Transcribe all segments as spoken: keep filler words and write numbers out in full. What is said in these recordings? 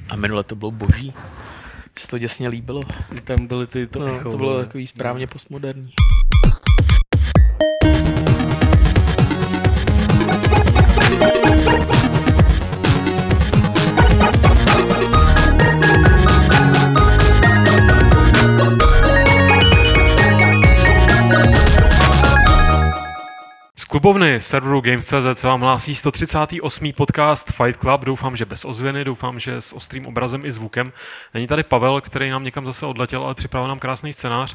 A minule to bylo boží. Se to děsně líbilo. Tam byly ty to no, echo. To bylo takový správně postmoderní. Klubovny serveru Games tečka cé zet se vám hlásí sto třicátý osmý podcast Fight Club. Doufám, že bez ozvěny, doufám, že s ostrým obrazem i zvukem. Není tady Pavel, který nám někam zase odletěl, ale připravil nám krásný scénář.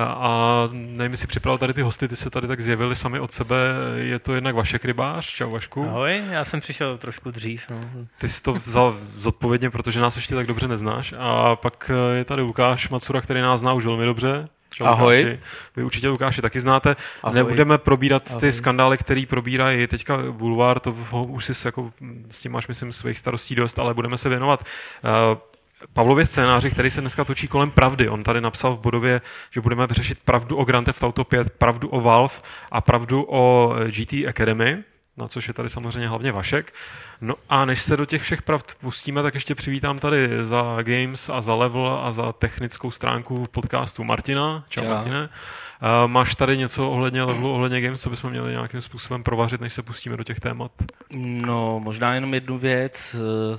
A nevím, jestli připravil tady ty hosty, ty se tady tak zjevili sami od sebe. Je to jednak Vašek Rybář. Čau, Vašku. Ahoj, já jsem přišel trošku dřív. No. Ty jsi to vzal zodpovědně, protože nás ještě tak dobře neznáš. A pak je tady Lukáš Macura, který nás zná už velmi dobře. Čau, ahoj. Lukáši. Vy určitě Lukáše taky znáte. Ahoj. Nebudeme probírat ahoj. ty skandály, který probírají teďka Bulvár, to už si jako, s tím máš, myslím, svých starostí dost, ale budeme se věnovat uh, Pavlově scénáři, který se dneska točí kolem pravdy. On tady napsal v bodově, že budeme řešit pravdu o Grand Theft Auto pět, pravdu o Valve a pravdu o G T Academy, na což je tady samozřejmě hlavně Vašek. No a než se do těch všech pravd pustíme, tak ještě přivítám tady za Games a za Level a za technickou stránku podcastu Martina. Čau, Čau. Martine. Uh, máš tady něco ohledně Levelu, ohledně Games, co bychom měli nějakým způsobem provařit, než se pustíme do těch témat? No, možná jenom jednu věc.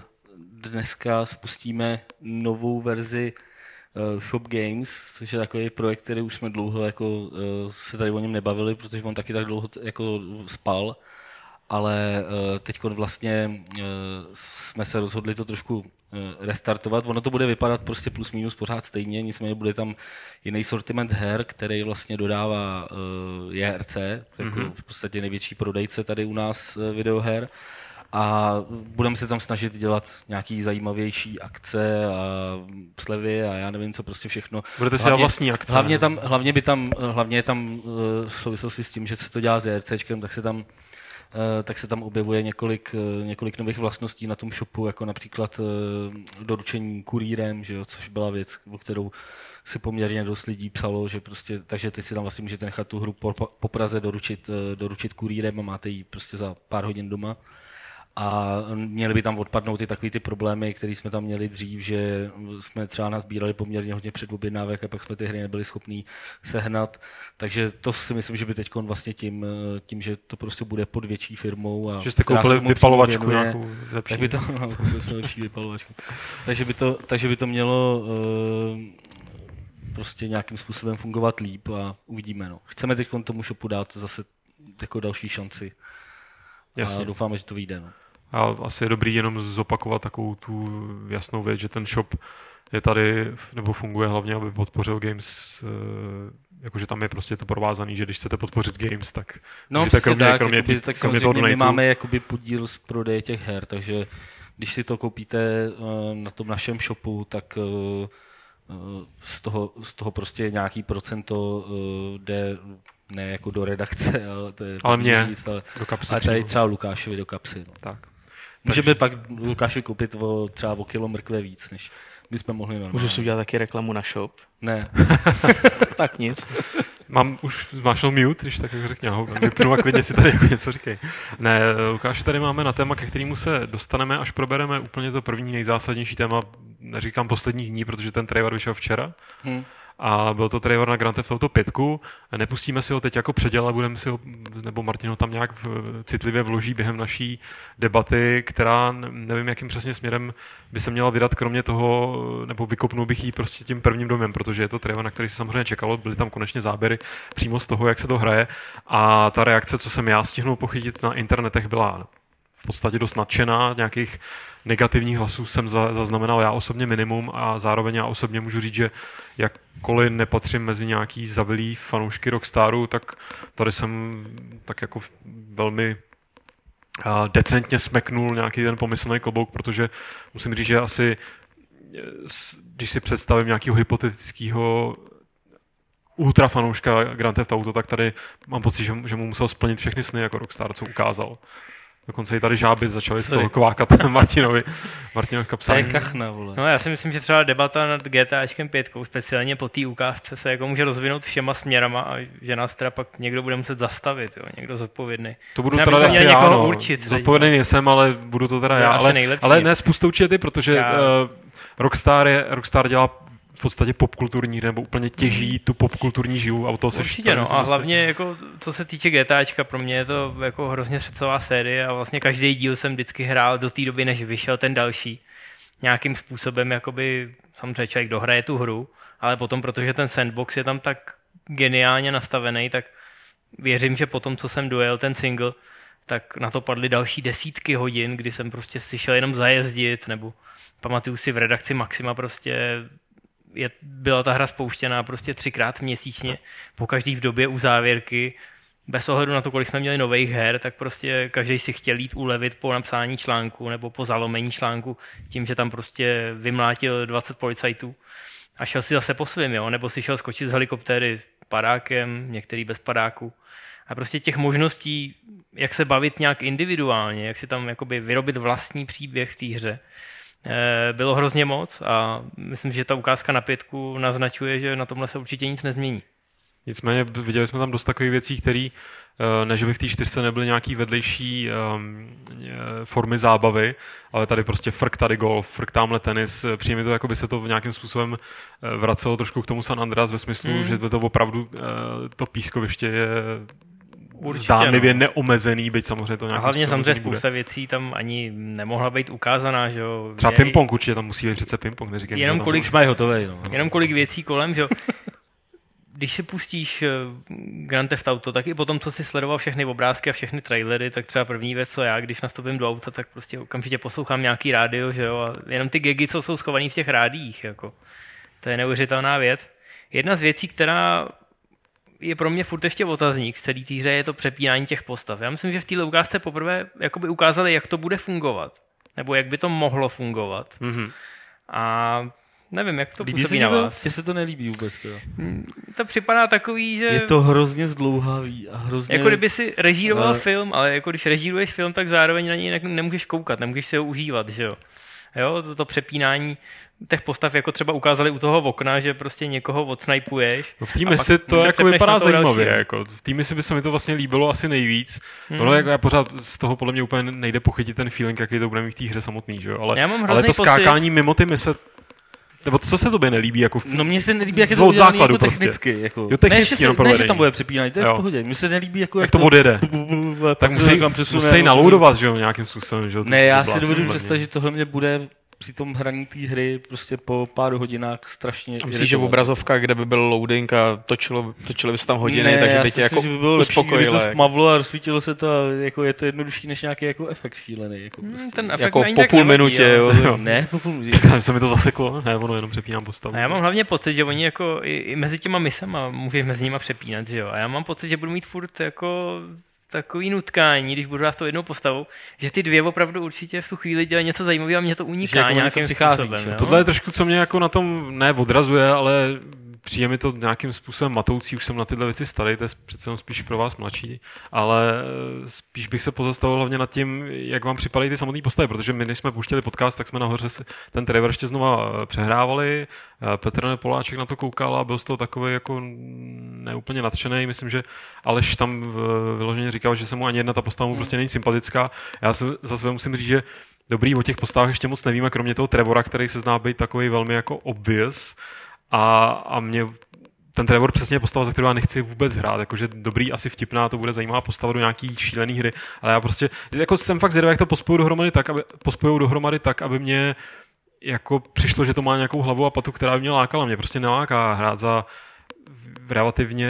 Dneska spustíme novou verzi Shop Games, což je takový projekt, který už jsme dlouho jako, se tady o něm nebavili, protože on taky tak dlouho jako spal. Ale uh, teď vlastně uh, jsme se rozhodli to trošku uh, restartovat. Ono to bude vypadat prostě plus minus pořád stejně, nicméně bude tam jiný sortiment her, který vlastně dodává uh, J R C, jako mm-hmm. v podstatě největší prodejce tady u nás uh, videoher. A budeme se tam snažit dělat nějaký zajímavější akce a slevy a já nevím, co prostě všechno. Budete si dělat vlastní akce. Hlavně, tam, hlavně, by tam, hlavně je tam uh, v souvislosti s tím, že se to dělá s JRCčkem, tak se tam tak se tam objevuje několik, několik nových vlastností na tom shopu, jako například doručení kurýrem, že jo, což byla věc, o kterou si poměrně dost lidí psalo, že prostě, takže teď si tam vlastně můžete nechat tu hru po, po Praze doručit, doručit kurýrem a máte ji prostě za pár hodin doma. A měly by tam odpadnout i takový ty problémy, které jsme tam měli dřív, že jsme třeba nazbírali poměrně hodně předobjednávek a pak jsme ty hry nebyli schopní sehnat. Takže to si myslím, že by teď vlastně tím, tím, že to prostě bude pod větší firmou. A že jste koupili vypalovačku nějakou lepší. Tak by to, no, koupili jsme lepší vypalovačku. Takže by to, takže by to mělo uh, prostě nějakým způsobem fungovat líp a uvidíme. No. Chceme teď tomu shopu dát zase jako další šanci. Jasně. A doufáme, že to vyjde. No. A asi je dobrý jenom zopakovat takovou tu jasnou věc, že ten shop je tady, nebo funguje hlavně, aby podpořil Games, jakože tam je prostě to provázaný, že když chcete podpořit Games, tak no, můžete kromě, tak, kromě, jakoby, tý, tak kromě toho my máme jakoby podíl z prodeje těch her, takže když si to koupíte na tom našem shopu, tak z toho, z toho prostě nějaký procento jde ne jako do redakce, ale to je ale mě, říct, ale, do kapsy. Ale tady třeba Lukášovi do kapsy. No. Tak. Můžeme pak Lukášovi koupit o, třeba o kilo mrkve víc, než bychom mohli normálně. Můžu si udělat taky reklamu na shop? Ne. Tak nic. Mám už zmášnul mute, když tak řekni, ahoj, vypnu a klidně si tady jako něco říkej. Ne, Lukáši, tady máme na téma, ke kterému se dostaneme, až probereme úplně to první nejzásadnější téma, neříkám posledních dní, protože ten trailer vyšel včera. Hmm. A byl to trailer na Grand Theft Auto pět. Nepustíme si ho teď jako předěl, ale budeme si ho, nebo Martin ho tam nějak citlivě vloží během naší debaty, která nevím, jakým přesně směrem by se měla vydat, kromě toho, nebo vykopnul bych jí prostě tím prvním domem, protože je to trailer, na který se samozřejmě čekalo, byly tam konečně záběry přímo z toho, jak se to hraje. A ta reakce, co jsem já stihnul pochytit na internetech, byla v podstatě dost nadšená, nějakých negativních hlasů jsem zaznamenal já osobně minimum a zároveň já osobně můžu říct, že jakkoliv nepatřím mezi nějaký zavilý fanoušky Rockstaru, tak tady jsem tak jako velmi decentně smeknul nějaký ten pomyslný klobouk, protože musím říct, že asi, když si představím nějakého hypotetického ultra fanouška Grand Theft Auto, tak tady mám pocit, že, že mu musel splnit všechny sny jako Rockstar, co ukázal. Dokonce i tady žáby začaly z Sorry. toho kvákat Martinovi, Martinovi To je kapsání. kachna, vole. No já si myslím, že třeba debata nad GTAčkem pět, speciálně po té ukázce, se jako může rozvinout všema směrama a že nás teda pak někdo bude muset zastavit, jo, někdo zodpovědný. To budu Já teda bych asi měl já, někoho no. určit teď, Zodpovědný nejsem, ale budu to teda To je já. asi Ale, nejlepší. ale ne spust určitě ty, protože Já- uh, Rockstar, je, Rockstar dělá v podstatě popkulturní, nebo úplně těží tu popkulturní živu a u toho seš Určitě tady no myslím a dost- hlavně jako, co se týče GTAčka, pro mě je to jako hrozně srdcová série a vlastně každý díl jsem vždycky hrál do té doby, než vyšel ten další. Nějakým způsobem jakoby, samozřejmě člověk dohraje tu hru, ale potom, protože ten sandbox je tam tak geniálně nastavený, tak věřím, že potom, co jsem dojel ten single, tak na to padly další desítky hodin, kdy jsem prostě si šel jenom zajezdit, nebo pamatuju si v redakci Maxima prostě je, byla ta hra spouštěná prostě třikrát měsíčně, po každý v době u závěrky, bez ohledu na to, kolik jsme měli nových her, tak prostě každý si chtěl jít ulevit po napsání článku nebo po zalomení článku tím, že tam prostě vymlátil dvacet policajtů a šel si zase po svým, jo? Nebo si šel skočit z helikoptéry padákem, některý bez padáku. A prostě těch možností, jak se bavit nějak individuálně, jak si tam jakoby vyrobit vlastní příběh v té hře, bylo hrozně moc a myslím, že ta ukázka na pětku naznačuje, že na tomhle se určitě nic nezmění. Nicméně viděli jsme tam dost takových věcí, které, ne že by v té čtyřce nebyly nějaký vedlejší um, formy zábavy, ale tady prostě frk, tady golf, frk, tamhle tenis. Přijde mi to, jako by se to v nějakým způsobem vracelo trošku k tomu San Andreas ve smyslu, mm. že to opravdu to pískoviště je Určitě, zdánlivě no. neomezený, byť samozřejmě to A nějakým hlavně způsobem samozřejmě bude. spousta věcí tam ani nemohla být ukázaná, že jo. Třeba Je- ping-pong určitě tam musí být přece ping-pong, neříkám, Jenom že tam kolik- Už mají hotovej, no. Jenom kolik věcí kolem, že jo. Když si pustíš eh, Grand Theft Auto, tak i potom, co si sledoval všechny obrázky a všechny trailery, tak třeba první věc, co já, když nastoupím do auta, tak prostě okamžitě poslouchám nějaký rádio, že jo, a jenom ty gagy, co jsou schovaný v těch rádiích, jako. To je neuvěřitelná věc. Jedna z věcí, která je pro mě furt ještě otazník v celé té hře, je to přepínání těch postav. Já myslím, že v této ukázce poprvé jakoby ukázali, jak to bude fungovat. Nebo jak by to mohlo fungovat. Mhm. A nevím, jak to Líbí se působí ti na to? vás. Mně se to nelíbí vůbec. Teda. To připadá takový, že... Je to hrozně zdlouhavý a hrozně... Jako kdyby si režíroval Ale- film, ale jako když režíruješ film, tak zároveň na něj ne- nemůžeš koukat, nemůžeš si ho užívat, že jo. Jo, to, to přepínání těch postav, jako třeba ukázali u toho okna, že prostě někoho odsnajpuješ. No v té a misi pak to se jako přepneš vypadá na toho zajímavě. dalšího. Jako. V té misi by se mi to vlastně líbilo asi nejvíc. Hmm. Hmm. No, jako já pořád z toho podle mě úplně nejde pochytit ten feeling, jaký to bude mít v té hře samotný. Že jo? Ale, Já mám ale hrozný to pocit- skákání mimo ty mise, nebo co se tobě nelíbí? Jako v... No mně se nelíbí, jak je Z- to od udělané základu jako prostě. technicky. Jako. Jo, technicky ne, že, se, jenom ne, že provedení. tam bude přepínání, to je Jo. v pohodě. Mně se nelíbí, jako, Jak to odjede. Tak tak musí, musí naloudovat, že jo, nějakým způsobem. Že jo? Ne, To- já to si bylo dovedu asi představit, že tohle mě bude při tom hraní té hry prostě po pár hodinách strašně Myslíš, že v iritovat. obrazovkách, kde by byl loading a točilo, točilo by se tam hodiny, ne, takže já by si tě myslím, jako že by bylo lepší, kdyby uspokojilo. to jak- smavlo a rozsvítilo se to a jako je to jednodušší než nějaký jako efekt šílený. Jako Hmm, prostě. ten efekt Jako ani po tak půl nevadí, minutě, jo. jo. Ne, po půl minutě. Říkám, že se mi to zaseklo, ne, ono jenom přepínám postavu. A já mám hlavně pocit, že oni jako i, i mezi těma misema můžeš mezi nimi přepínat, že jo. A já mám pocit, že budu mít furt jako takový nutkání, když budu hrát tou jednou postavou, že ty dvě opravdu určitě v tu chvíli dělají něco zajímavého a mě to Že uniká jako něco nějakým přichází, způsobem. že? jo. Tohle je trošku, co mě jako na tom ne odrazuje, ale přijde mi to nějakým způsobem matoucí, už jsem na tyhle věci starý, to je přece jenom spíš pro vás mladší, ale spíš bych se pozastavil hlavně nad tím, jak vám připadají ty samotné postavy, protože my, než jsme pouštěli podcast, tak jsme nahoře si ten trailer ještě znova přehrávali, Petr Poláček na to koukal a byl z toho takový jako neúplně nadšený, myslím, že Aleš tam vyloženě říkal, že se mu ani jedna ta postava mu prostě není sympatická. Já se za sebe musím říct, že dobrý, o těch postavách ještě moc nevíme, kromě toho Trevora, který se zná být takový velmi jako obvious, A, a mě ten Trevor přesně je postava, za kterou já nechci vůbec hrát. Jakože dobrý, asi vtipná, to bude zajímavá postava do nějaký šílený hry, ale já prostě jako jsem fakt zvědavý, jak to pospojou dohromady tak, aby, pospojou dohromady tak, aby mě jako přišlo, že to má nějakou hlavu a patu, která by mě lákala. Mě prostě neláká hrát za relativně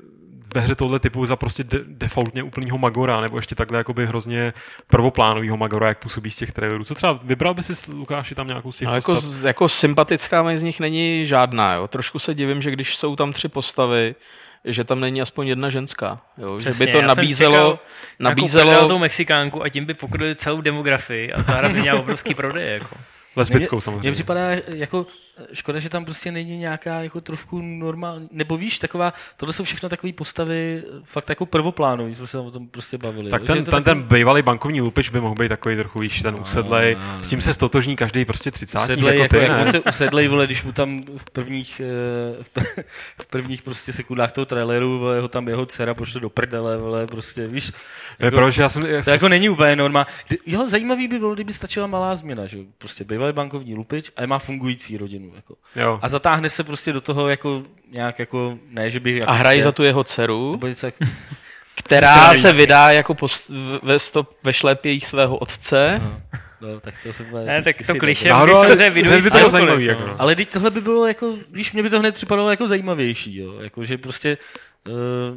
ve hře tohle typu za prostě de- defaultně úplnýho Magora, nebo ještě takhle jakoby hrozně prvoplánovýho Magora, jak působí z těch trailerů. Co třeba vybral by si, Lukáši, tam nějakou z těch No, jako, postav? z- jako sympatická z nich není žádná. Jo. Trošku se divím, že když jsou tam tři postavy, že tam není aspoň jedna ženská. Jo. Že Přesně, by to já jsem nabízelo... čekal nabízelo... Nějakou tou Mexikánku a tím by pokryli celou demografii a ta hra by měla obrovský prodej. Jako. Lesbickou Mně samozřejmě. připadá jako škoda, že tam prostě není nějaká jako trošku normální, nebo víš, taková, tohle jsou všechno takové postavy fakt jako prvoplánový, jsme se o tom prostě bavili. Tak ten, ten, takový... ten bývalý bankovní lupič by mohl být takový trochu, víš, ten usedlej, no, no, s tím se stotožní každý prostě třicátník usedlej, jako ty, jako, ne? Jak se usedlej, vole, když mu tam v prvních, v prvních prostě sekundách toho traileru, vole, ho tam jeho dcera pošle do prdele, vole, prostě, víš. Jako, proč, já jsem, já to jako není úplně norma. Jo, zajímavý by bylo, kdyby stačila malá změna, že prostě bývalý bankovní lupič a má fungující rodinu. Jako. A zatáhne se prostě do toho jako nějak jako, ne, že by... Jako a hrají za tu jeho dceru, jako, která se vydá jako post, ve, stop, ve šlépějích svého otce. No, no, tak to se bude... Ne, tak to kliše, no, když samozřejmě vidují by to zajímavý. Jako, no. Ale teď tohle by bylo jako, víš, mě by to hned připadalo jako zajímavější, jo, jako, že prostě... Uh,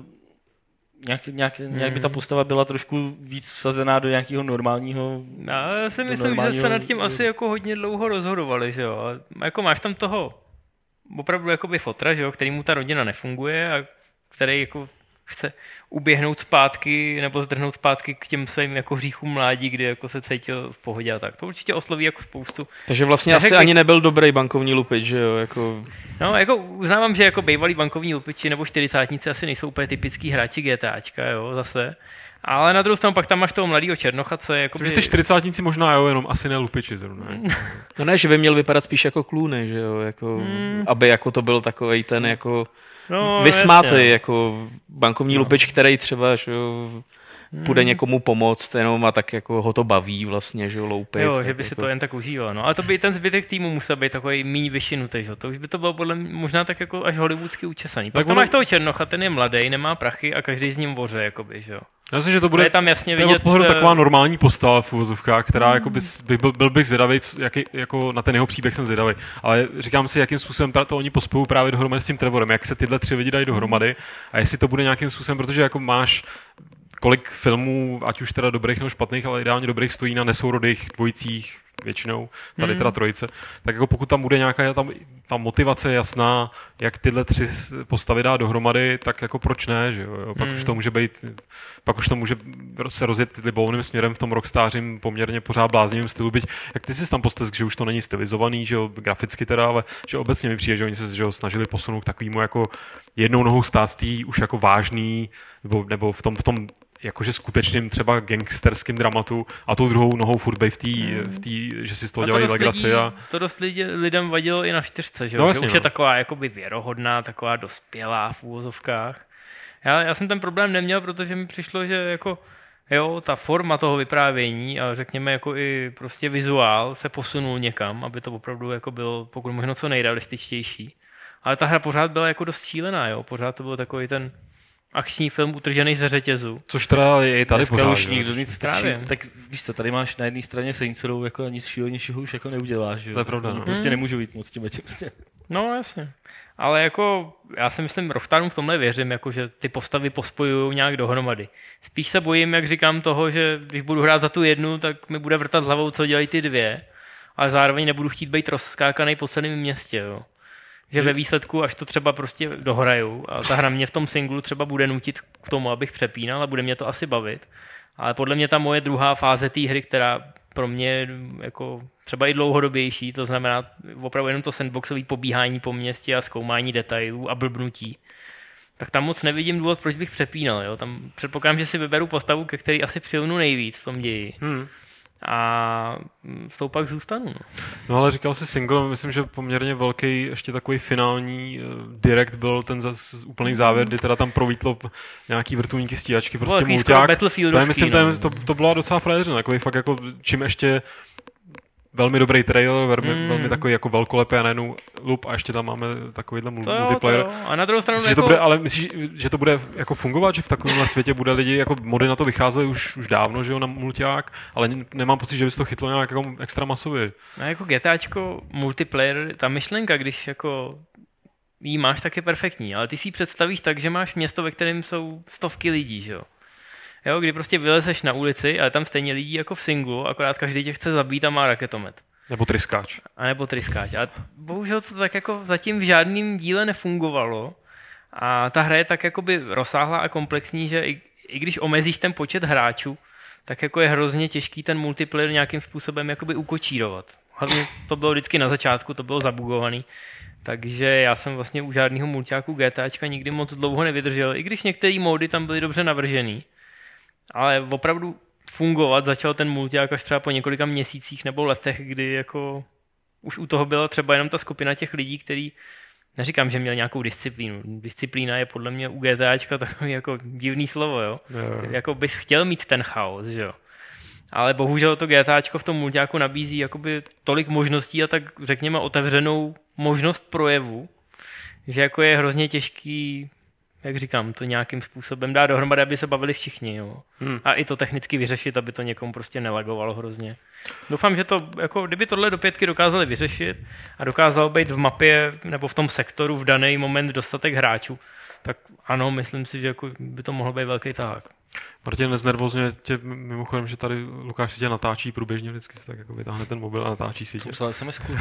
Nějak, nějak, nějak by ta postava byla trošku víc vsazená do nějakého normálního... No, já si myslím, normálního... že se nad tím asi jako hodně dlouho rozhodovali, že jo. A jako máš tam toho opravdu jakoby fotra, že jo, který mu ta rodina nefunguje a který jako chce uběhnout zpátky nebo zdrhnout zpátky k těm svým jako hříchům mládí, kdy jako se cítil v pohodě a tak. To určitě osloví jako spoustu. Takže vlastně asi ani nebyl dobrý bankovní lupič, že jo? Jako... No, jako uznávám, že jako bývalí bankovní lupiči nebo čtyřicátníci asi nejsou úplně typický hráči GTAčka, jo, zase. Ale na druhou stranu pak tam máš toho mladého Černocha, co je jako. Myslím, že ty čtyřicátníci možná jo, jenom asi ne lupiči zrovna. No ne, že by měl vypadat spíš jako Clooney, že jo, jako, hmm. aby jako to byl takovej ten jako no, vysmátej, jako bankovní no. lupič, který třeba, že jo, půjde hmm. někomu pomoct, jenom a tak jako ho to baví vlastně, že jo, loupit. Jo, že by jako... si to jen tak užíval, no. Ale to by ten zbytek týmu musel být takový míň vyšinutý, že jo. To už by to bylo podle mě možná tak jako až hollywoodsky učesaný. Pak tam ono... máš toho Černocha, ten je mladý, nemá prachy a každý z ním voře, jakoby, že jo. Já myslím, že to bude je tam jasně vidět, vidět pohledu taková normální postava v uvozovkách, která mm. jako by, by, byl, byl bych zvědavý, jaký, jako na ten jeho příběh jsem zvědavý. Ale říkám si, jakým způsobem to oni pospojují právě dohromady s tím Trevorem, jak se tyhle tři lidi dají dohromady a jestli to bude nějakým způsobem, protože jako máš kolik filmů, ať už teda dobrých nebo špatných, ale ideálně dobrých, stojí na nesourodých dvojicích většinou, tady teda trojice, tak jako pokud tam bude nějaká tam, tam motivace jasná, jak tyhle tři postavy dá dohromady, tak jako proč ne, že jo? Pak mm. už to může být, pak už to může se rozjet libovolným směrem v tom rockstářím poměrně pořád bláznivým stylu, byť jak ty jsi tam postesk, že už to není stylizovaný, že jo, graficky teda, ale že obecně mi přijde, že oni se že jo, snažili posunout k takovému jako jednou nohou stát tý už jako vážný, nebo, nebo v tom, v tom jakože skutečným třeba gangsterským dramatu a tou druhou nohou furt bej v té, v tý, že si z toho dělají legraci. A... To dost lidi, lidem vadilo i na čtyřce, že, no, že jasně, už no. je taková jakoby věrohodná, taková dospělá v úvozovkách. Já, já jsem ten problém neměl, protože mi přišlo, že jako jo, ta forma toho vyprávění a řekněme jako i prostě vizuál se posunul někam, aby to opravdu jako bylo pokud možno co nejrealističtější. Ale ta hra pořád byla jako dost šílená, jo, pořád to byl takový ten akční film utržený ze řetězu. Což teda je i tady dneska pořád. Už nikdo nic stráví. Tak víš co, tady máš na jedné straně Saints Row, jako nic šílenějšího už jako neuděláš. Že? To je pravda. No. Prostě nemůžu být moc tím prostě. No jasně. Ale jako já si myslím, Rockstarům v tomhle věřím, jako, že ty postavy pospojují nějak dohromady. Spíš se bojím, jak říkám, toho, že když budu hrát za tu jednu, tak mi bude vrtat hlavou, co dělají ty dvě. Ale zároveň nebudu chtít být rozskákaný po celém městě. Jo. Že ve výsledku, až to třeba prostě dohraju a ta hra mě v tom singlu třeba bude nutit k tomu, abych přepínal a bude mě to asi bavit. Ale podle mě ta moje druhá fáze té hry, která pro mě jako třeba i dlouhodobější, to znamená opravdu jenom to sandboxové pobíhání po městě a zkoumání detailů a blbnutí, tak tam moc nevidím důvod, proč bych přepínal. Jo? Tam předpokládám, že si vyberu postavu, ke který asi přilnu nejvíc v tom ději. Hmm. A s tou pak zůstanu. No. no ale říkal jsi single, myslím, že poměrně velký, ještě takový finální uh, direct byl ten zas, úplný závěr, kdy teda tam provítlo nějaký vrtulníky, stíhačky, prostě mulťák. To je, myslím, no. to, to byla docela frajeřina, takový fakt jako čím ještě velmi dobrý trailer, velmi, mm. velmi takový jako velkolepý a najednou lup a ještě tam máme takovýhle to multiplayer. Jo, a na druhou stranu myslíš, jako... že to bude, ale myslíš, že to bude jako fungovat, že v takovémhle světě bude lidi, jako mody na to vycházely už, už dávno, že jo, na mulťák, ale nemám pocit, že by se to chytlo nějak jako extra masově. No jako GTAčko, multiplayer, ta myšlenka, když jako jí máš, tak je perfektní, ale ty si ji představíš tak, že máš město, ve kterém jsou stovky lidí, že jo. Jo, kdy prostě vylezeš na ulici, ale tam stejně lidí jako v singlu, akorát každý tě chce zabít a má raketomet. Nebo tryskáč. A nebo tryskáč. A bohužel to tak jako zatím v žádném díle nefungovalo. A ta hra je tak jakoby rozsáhlá a komplexní, že i, i když omezíš ten počet hráčů, tak jako je hrozně těžký ten multiplayer nějakým způsobem jakoby ukočírovat. hlavně to bylo vždycky na začátku, to bylo zabugovaný. Takže já jsem vlastně u žádného mulťáku GTAčka nikdy moc dlouho nevydržel, i když některé módy tam byly dobře navržený. Ale opravdu fungovat začal ten mulťák až třeba po několika měsících nebo letech, kdy jako už u toho byla třeba jenom ta skupina těch lidí, který, neříkám, že měl nějakou disciplínu. Disciplína je podle mě u GTAčka takový jako divný slovo, jo. jo. Jako bys chtěl mít ten chaos, že jo. Ale bohužel to GTAčko v tom mulťáku nabízí jakoby tolik možností a tak řekněme otevřenou možnost projevu, že jako je hrozně těžký, jak říkám, to nějakým způsobem dát dohromady, aby se bavili všichni. Jo. Hmm. A i to technicky vyřešit, aby to někomu prostě nelagovalo hrozně. Doufám, že to, jako kdyby tohle do pětky dokázali vyřešit a dokázalo být v mapě nebo v tom sektoru v daný moment dostatek hráčů, tak ano, myslím si, že jako by to mohlo být velký tahák. Martin, neznervozňuje tě mimochodem, že tady Lukáš si tě natáčí průběžně, vždycky si tak jako vytáhne ten mobil a natáčí si tě. Poslal es em esku.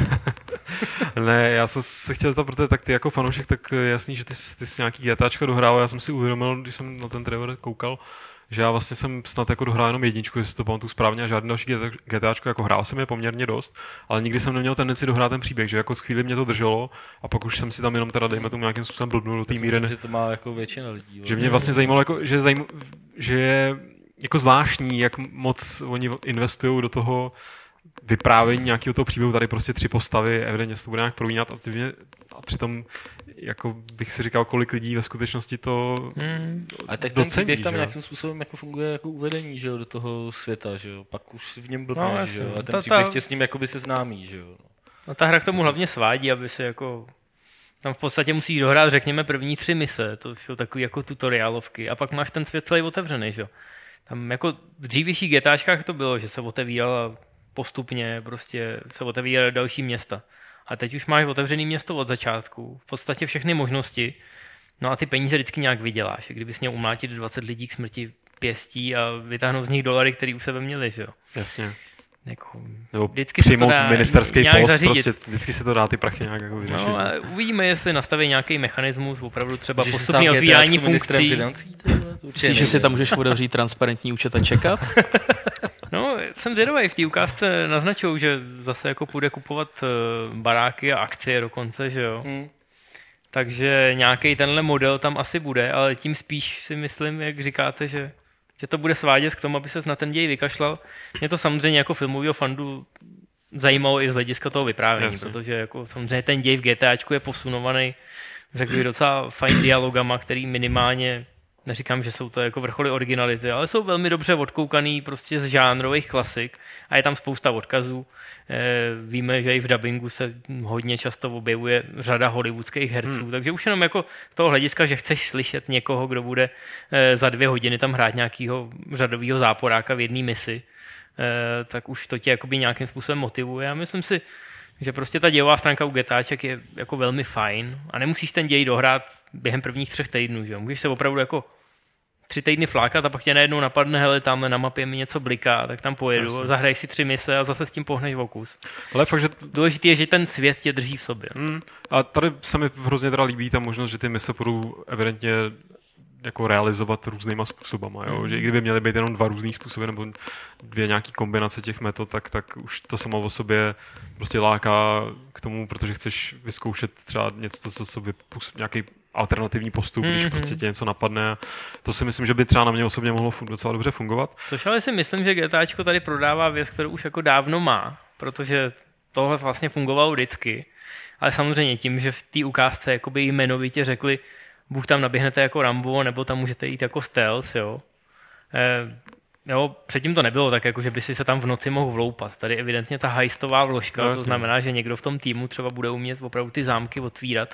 Ne, já jsem se chtěl zeptat, protože tak ty jako fanoušek, tak jasný, že ty, ty jsi nějaký GTAčka dohrál, já jsem si uvědomil, když jsem na ten trailer koukal, že já vlastně jsem snad jako dohrál jenom jedničku, jestli to pamatuju správně, a žádný další GTAčko, jako hrál jsem je poměrně dost, ale nikdy jsem neměl tendenci dohrát ten příběh, že jako chvíli mě to drželo a pak už jsem si tam jenom teda dejme tomu nějakým způsobem blbnul do té míry. Myslím, že to má jako většina lidí. Že mě vlastně zajímalo, jako, že, zajím, že je jako zvláštní, jak moc oni investují do toho vyprávění nějakého toho příběhu, tady prostě tři postavy, evidentně se to bude nějak prolínat a, ty mě, a přitom jako bych si říkal, kolik lidí ve skutečnosti to hmm. A tak ten docení, příběh tam nějakým způsobem jako funguje jako uvedení, že jo, do toho světa, že jo, pak už si v něm blbneš, no, že jo, a ten ta, příběh ta... tě s ním jakoby se známí, že jo. No ta hra k tomu hlavně svádí, aby se jako tam v podstatě musíš dohrát, řekněme, první tři mise, to jsou takový jako tutoriálovky a pak máš ten svět celý otevřený, že jo. Tam jako v dřívějších GTAčkách to bylo, že se otevírala postupně, prostě se otevíraly další města. A teď už máš otevřený město od začátku, v podstatě všechny možnosti, no a ty peníze vždycky nějak vyděláš. Kdybys měl umlátit dvacet lidí k smrti pěstí a vytáhnout z nich dolary, který u sebe měli, že jo. Jasně. Jako, nebo přijmout ministerský post, zařídit. Prostě vždycky se to dá ty prachy nějak jako vyřešit. No a uvidíme, jestli nastaví nějaký mechanismus, opravdu třeba postupný otvírání funkcí. Myslíš, že si tam můžeš otevřít transparentní účet a čekat? No, jsem zvědavý, v té ukázce naznačují, že zase jako půjde kupovat baráky a akcie dokonce, že jo. Hmm. Takže nějaký tenhle model tam asi bude, ale tím spíš si myslím, jak říkáte, že že to bude svádět k tomu, aby ses na ten děj vykašlal. Mě to samozřejmě jako filmového fandu zajímalo i z hlediska toho vyprávění, Jasně. protože jako samozřejmě ten děj v GTAčku je posunovaný, řekl bych, docela fajn dialogama, který minimálně, neříkám, že jsou to jako vrcholy originality, ale jsou velmi dobře odkoukaný prostě z žánrových klasik a je tam spousta odkazů. Víme, že i v dabingu se hodně často objevuje řada hollywoodských herců, hmm. takže už jenom jako z toho hlediska, že chceš slyšet někoho, kdo bude za dvě hodiny tam hrát nějakého řadového záporáka v jedné misi, tak už to tě jakoby nějakým způsobem motivuje a myslím si, že prostě ta dějová stránka u GTAček je jako velmi fajn a nemusíš ten děj dohrát během prvních třech týdnů, že? Můžeš se opravdu jako tři týdny flákat a pak tě najednou napadne, hele, tamhle na mapě mi něco bliká, tak tam pojedu, Jasně. zahraj si tři mise a zase s tím pohneš v okus. Ale fakt, že... Důležité je, že ten svět tě drží v sobě. Hmm. A tady se mi hrozně teda líbí ta možnost, že ty mise budou evidentně jako realizovat různýma způsobama, jo? Mm. Že i kdyby měly být jenom dva různý způsoby nebo dvě nějaký kombinace těch metod, tak, tak už to samo o sobě prostě láká k tomu, protože chceš vyzkoušet třeba něco, co sobě nějaký alternativní postup, mm-hmm. když prostě tě něco napadne. To si myslím, že by třeba na mě osobně mohlo docela dobře fungovat. Což ale si myslím, že GTAčko tady prodává věc, kterou už jako dávno má, protože tohle vlastně fungovalo vždycky. Ale samozřejmě tím, že v té ukázce jakoby jmenovitě řekli, buď tam naběhnete jako Rambo, nebo tam můžete jít jako stealth, jo. E, jo, předtím to nebylo tak, jako že by si se tam v noci mohl vloupat. Tady evidentně ta heistová vložka, no, to znamená, že někdo v tom týmu třeba bude umět opravdu ty zámky otvírat.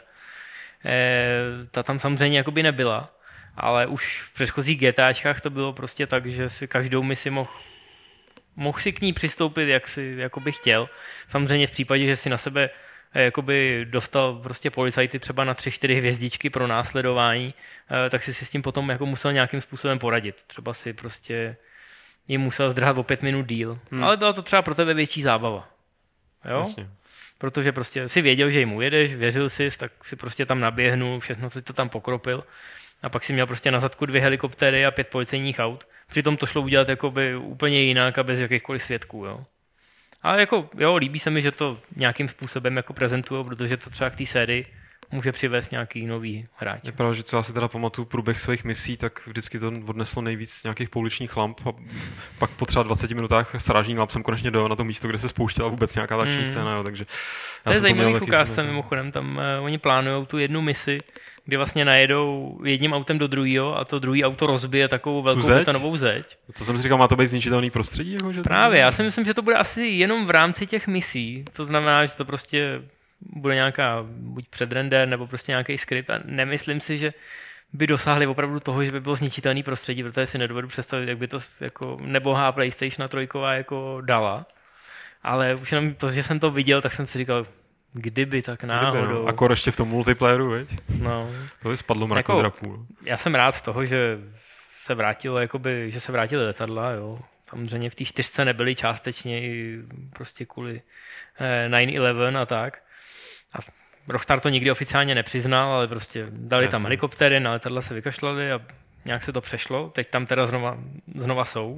E, ta tam samozřejmě jakoby nebyla, ale už v předchozích GTAčkách to bylo prostě tak, že si každou misi mohl mohl si k ní přistoupit, jak si jakoby chtěl. Samozřejmě v případě, že si na sebe jakoby dostal prostě policajty třeba na tři čtyři hvězdičky pro následování, tak si si s tím potom jako musel nějakým způsobem poradit. Třeba si prostě jim musel zdrhat o pět minut díl. Hmm. Ale byla to třeba pro tebe větší zábava. Jo? Jasně. Protože prostě si věděl, že jim ujedeš, věřil jsi, tak si prostě tam naběhnul, všechno si to tam pokropil a pak si měl prostě na zadku dvě helikoptéry a pět policejních aut. Přitom to šlo udělat jakoby úplně jinak a bez jakýchkoliv svědků. Jo? Ale jako, jo, líbí se mi, že to nějakým způsobem jako prezentujou, protože to třeba k té sérii může přivést nějaký nový hráč. Je pravda, že co já si teda pamatuju průběh svých misí, tak vždycky to odneslo nejvíc nějakých pouličních lamp a pak po třeba dvaceti minutách srážní lamp jsem konečně dojel na to místo, kde se spouštěla vůbec nějaká ta akční mm. scéna, jo, takže... To je zajímavý v ukázce mimochodem, tam uh, oni plánujou tu jednu misi, kdy vlastně najedou jedním autem do druhého a to druhý auto rozbije takovou velkou betonovou zeď. To jsem si říkal, má to být zničitelný prostředí? Jako, že Právě, já si myslím, že to bude asi jenom v rámci těch misí, to znamená, že to prostě bude nějaká buď předrender nebo prostě nějaký skript a nemyslím si, že by dosáhli opravdu toho, že by bylo zničitelný prostředí, protože si nedovedu představit, jak by to jako nebohá PlayStation trojková jako dala. Ale už jenom to, že jsem to viděl, tak jsem si říkal, kdyby tak náhodou. Kdyby, no. Akor ještě v tom multiplayeru, veď? No. To by spadlo mraku jako, drapů. Já jsem rád z toho, že se vrátilo, jakoby, že se vrátily letadla, jo. Samozřejmě v té čtyřce nebyly částečně i prostě kvůli nine eleven a tak. A Rockstar to nikdy oficiálně nepřiznal, ale prostě dali Jasně. tam helikoptéry, na letadla se vykašlali a nějak se to přešlo. Teď tam teda znova, znova jsou.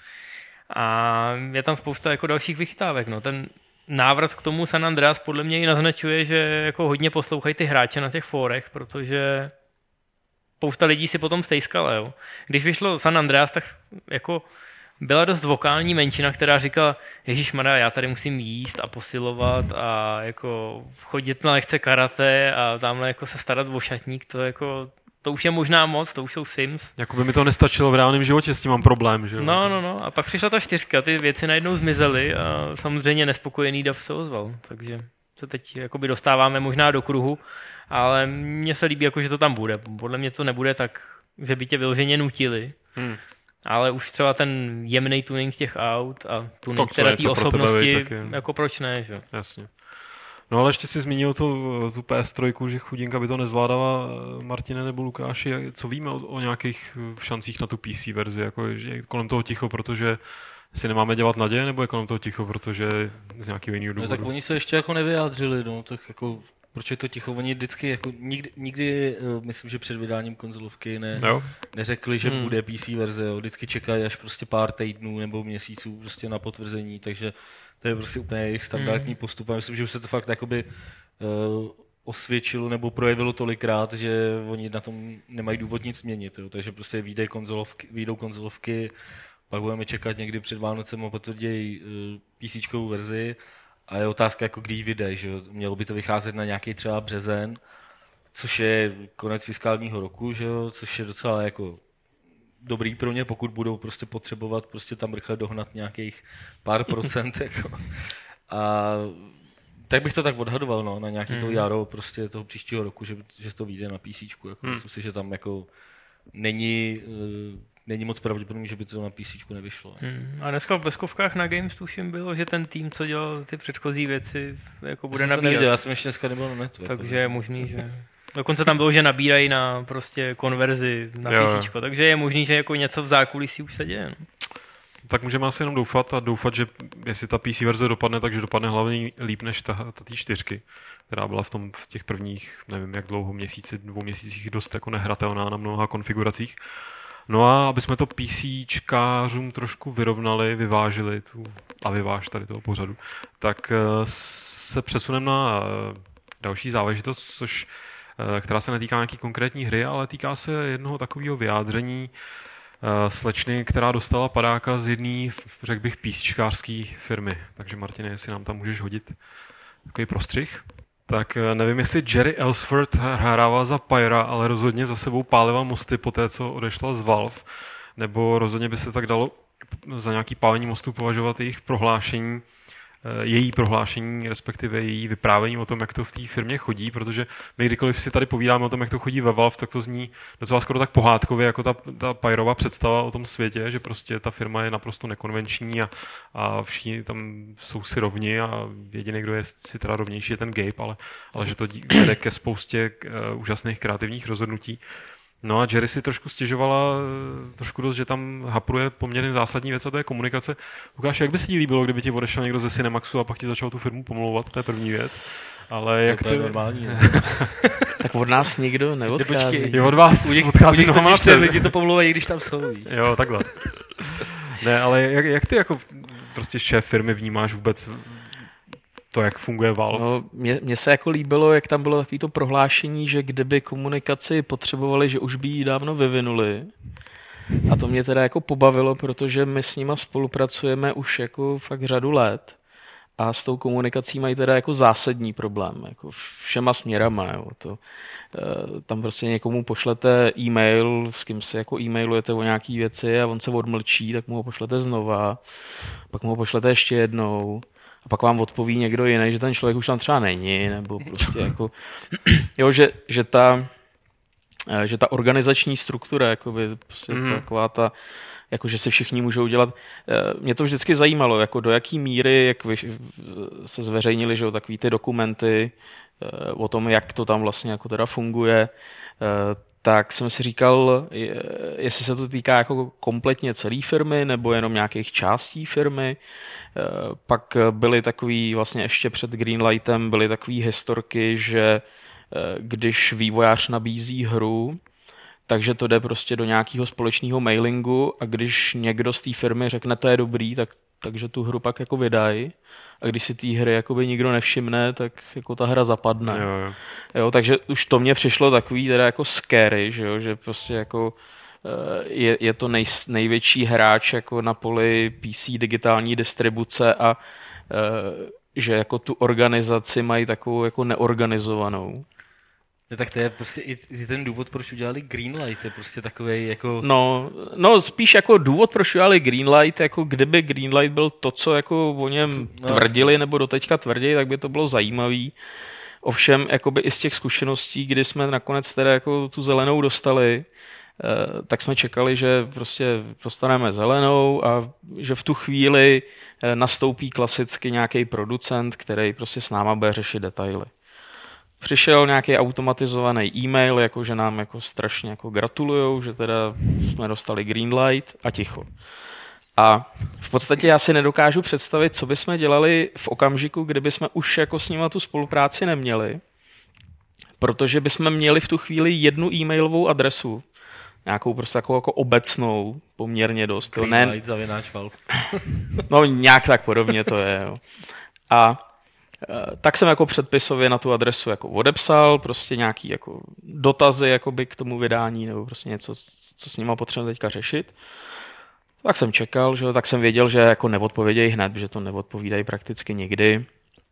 A je tam spousta jako dalších vychytávek. No. Ten návrat k tomu San Andreas podle mě i naznačuje, že jako hodně poslouchají ty hráče na těch fórech, protože spousta lidí si potom stejskala. Jo. Když vyšlo San Andreas, tak jako byla dost vokální menšina, která říkala, ježišmarja, já tady musím jíst a posilovat a jako chodit na lekce karate a tamhle jako se starat o šatník, to jako to už je možná moc, to už jsou Sims. Jakoby mi to nestačilo v reálném životě, s tím mám problém, že jo? No, no, no. A pak přišla ta čtyřka, ty věci najednou zmizely a samozřejmě nespokojený dav se ozval. Takže se teď jakoby dostáváme možná do kruhu, ale mně se líbí, jako, že to tam bude. Podle mě to nebude tak, že by tě vyloženě nutili. Hmm. Ale už třeba ten jemný tuning těch aut a tuning teda té osobnosti, pro jako proč ne, že? Jasně. No ale ještě si zmínil tu, tu P S tři, že chudinka by to nezvládala, Martine nebo Lukáši. Co víme o, o nějakých šancích na tu P C verzi? Jako, je kolem toho ticho, protože si nemáme dělat naděje, nebo je kolem toho ticho, protože z nějakého jiného důvodu? No, tak oni se ještě jako nevyjádřili, no, tak jako proč je to ticho? Oni vždycky, jako nikdy, nikdy myslím, že před vydáním konzolovky ne, neřekli, že hmm. bude P C verze, jo. Vždycky čekají až prostě pár týdnů nebo měsíců prostě na potvrzení, takže to je prostě úplně jejich standardní postup. A myslím, že už se to fakt jakoby uh, osvědčilo nebo projevilo tolikrát, že oni na tom nemají důvod nic měnit. Jo. Takže prostě vyjdou konzolovky, vyjdou konzolovky, pak budeme čekat někdy před Vánocem a potvrdějí uh, PCčkovou verzi. A je otázka, jako kdy ji vydej, že jo. Mělo by to vycházet na nějaký třeba březen, což je konec fiskálního roku, že jo, což je docela jako dobrý pro ně, pokud budou prostě potřebovat prostě tam rychle dohnat nějakých pár procent. Jako. A tak bych to tak odhadoval, no, na nějaký mm. to jaro prostě toho příštího roku, že, že to vyjde na PCčku. Jako. Mm. Myslím si, že tam jako není, uh, není moc pravděpodobný, že by to na PCčku nevyšlo. Mm. A dneska v beskovkách na Games tuším bylo, že ten tým, co dělal ty předchozí věci, jako bude nabírat. Neviděl, já jsem ještě dneska nebyl na netu. Takže jako, je možný, že... Dokonce tam bylo, že nabírají na prostě konverzi na PCčko, takže je možný, že jako něco v zákulisí už se děje. No. Tak můžeme asi jenom doufat a doufat, že jestli ta P C verze dopadne, takže dopadne hlavně líp než ta, ta tý čtyřky, která byla v, tom, v těch prvních, nevím jak dlouho, měsíci, dvou měsících dost jako nehratelná na mnoha konfiguracích. No a aby jsme to PCčkářům trošku vyrovnali, vyvážili tu, a vyváž tady toho pořadu, tak se přesuneme na další záležitost, což která se netýká nějaký konkrétní hry, ale týká se jednoho takového vyjádření slečny, která dostala padáka z jedné, řekl bych, písčkářské firmy. Takže Martine, jestli nám tam můžeš hodit takový prostřih. Tak nevím, jestli Jerry Ellsworth hrával za Pyra, ale rozhodně za sebou pálila mosty po té, co odešla z Valve, nebo rozhodně by se tak dalo za nějaký pálení mostů považovat jejich prohlášení, její prohlášení, respektive její vyprávění o tom, jak to v té firmě chodí, protože my kdykoliv si tady povídáme o tom, jak to chodí ve Valve, tak to zní docela skoro tak pohádkově, jako ta, ta Pyrová představa o tom světě, že prostě ta firma je naprosto nekonvenční a, a všichni tam jsou si rovni a jediný, kdo je si teda rovnější, je ten Gabe, ale, ale že to vede ke spoustě uh, úžasných kreativních rozhodnutí. No a Jerry si trošku stěžovala, trošku dost, že tam hapruje poměrně zásadní věc a to je komunikace. Lukáš, jak by se ti líbilo, kdyby ti odešel někdo ze Cinemaxu a pak ti začal tu firmu pomlouvat, to je první věc. Ale jak to je normální. Tak od nás nikdo neodchází. Jo, od vás u nich, odchází nohama napřed. Lidi to pomlouvají, když tam jsou. Víš? Jo, takhle. Ne, ale jak, jak ty jako prostě šéf firmy vnímáš vůbec to, jak funguje Valve? No, mně, mně se jako líbilo, jak tam bylo takový to prohlášení, že kdyby komunikaci potřebovali, že už by ji dávno vyvinuli. A to mě teda jako pobavilo, protože my s nima spolupracujeme už jako fakt řadu let. A s tou komunikací mají teda jako zásadní problém, jako všema směrama. Jo. To, tam prostě někomu pošlete e-mail, s kým si jako e-mailujete o nějaký věci a on se odmlčí, tak mu ho pošlete znova, pak mu ho pošlete ještě jednou a pak vám odpoví někdo jiný, že ten člověk už tam třeba není, nebo prostě jako, jo, že, že ta že ta organizační struktura, jakoby, prostě mm. taková ta, jako že se všichni můžou dělat. Mě to vždycky zajímalo, jako do jaký míry, jak vy, se zveřejnili, že jo, takový ty dokumenty o tom, jak to tam vlastně jako teda funguje, tak jsem si říkal, jestli se to týká jako kompletně celé firmy nebo jenom nějakých částí firmy. Pak byly takový, vlastně ještě před Greenlightem byly takový historky, že když vývojář nabízí hru, takže to jde prostě do nějakého společného mailingu a když někdo z té firmy řekne, to je dobrý, tak, takže tu hru pak jako vydají. A když si té hry jakoby nikdo nevšimne, tak jako ta hra zapadne. Jo, jo. Jo, takže už to mně přišlo takový teda jako scary, že, jo, že prostě jako je, je to nej, největší hráč jako na poli P C digitální distribuce a že jako tu organizaci mají takovou jako neorganizovanou. No, tak to je prostě i, i ten důvod, proč udělali Greenlight, je prostě takovej jako... No, no spíš jako důvod, proč udělali Greenlight, jako kdyby Greenlight byl to, co jako o něm no, tvrdili, nebo doteďka tvrdí, tak by to bylo zajímavý. Ovšem, jakoby i z těch zkušeností, kdy jsme nakonec teda jako tu zelenou dostali, tak jsme čekali, že prostě dostaneme zelenou a že v tu chvíli nastoupí klasicky nějaký producent, který prostě s náma bude řešit detaily. Přišel nějaký automatizovaný e-mail, jako že nám jako strašně jako gratulujou, že teda jsme dostali Greenlight a ticho. A v podstatě já si nedokážu představit, co bychom dělali v okamžiku, kdyby jsme už jako s nima tu spolupráci neměli, protože bychom měli v tu chvíli jednu e-mailovou adresu, nějakou prostě jako, jako obecnou, poměrně dost. Greenlight zavináč Valve. No nějak tak podobně to je. Jo. A tak jsem jako předpisově na tu adresu jako odepsal, prostě nějaký jako dotazy jakoby k tomu vydání nebo prostě něco, co s nima potřebujeme teďka řešit. Tak jsem čekal, že tak jsem věděl, že jako neodpovědějí hned, že to neodpovídají prakticky nikdy.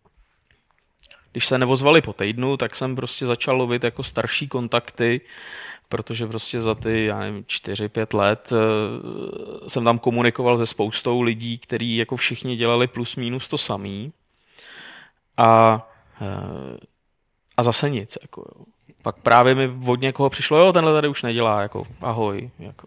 Když se neozvali po týdnu, tak jsem prostě začal lovit jako starší kontakty, protože prostě za ty, já nevím, čtyři, pět let jsem tam komunikoval se spoustou lidí, kteří jako všichni dělali plus minus to samý. A, a zase nic. Jako, jo. Pak právě mi od někoho přišlo, jo, tenhle tady už nedělá, jako, ahoj. Jako,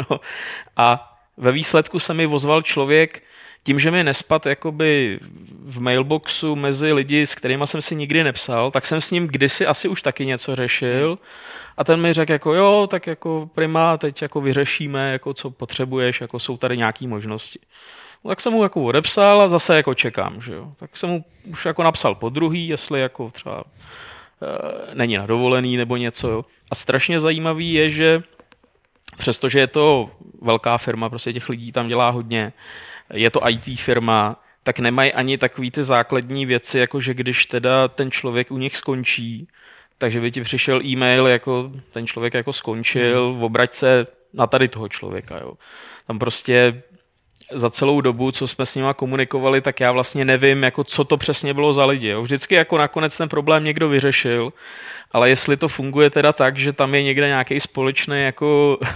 a ve výsledku se mi ozval člověk, tím, že mi nespad jakoby v mailboxu mezi lidi, s kterými jsem si nikdy nepsal, tak jsem s ním kdysi asi už taky něco řešil a ten mi řekl, jako jo, tak jako prima, teď jako vyřešíme, jako co potřebuješ, jako jsou tady nějaké možnosti. No, tak jsem mu jako odepsal a zase jako čekám, že jo. Tak jsem mu už jako napsal po druhý, jestli jako třeba e, není na dovolený nebo něco, jo. A strašně zajímavý je, že přestože je to velká firma, prostě těch lidí tam dělá hodně, je to í té firma, tak nemají ani takový ty základní věci, jako že když teda ten člověk u nich skončí, takže by ti přišel e-mail, jako ten člověk jako skončil, hmm. obrať se na tady toho člověka, jo. Tam prostě za celou dobu, co jsme s nima komunikovali, tak já vlastně nevím, jako co to přesně bylo za lidi. Jo. Vždycky jako nakonec ten problém někdo vyřešil, ale jestli to funguje teda tak, že tam je někde nějaký společný jako uh,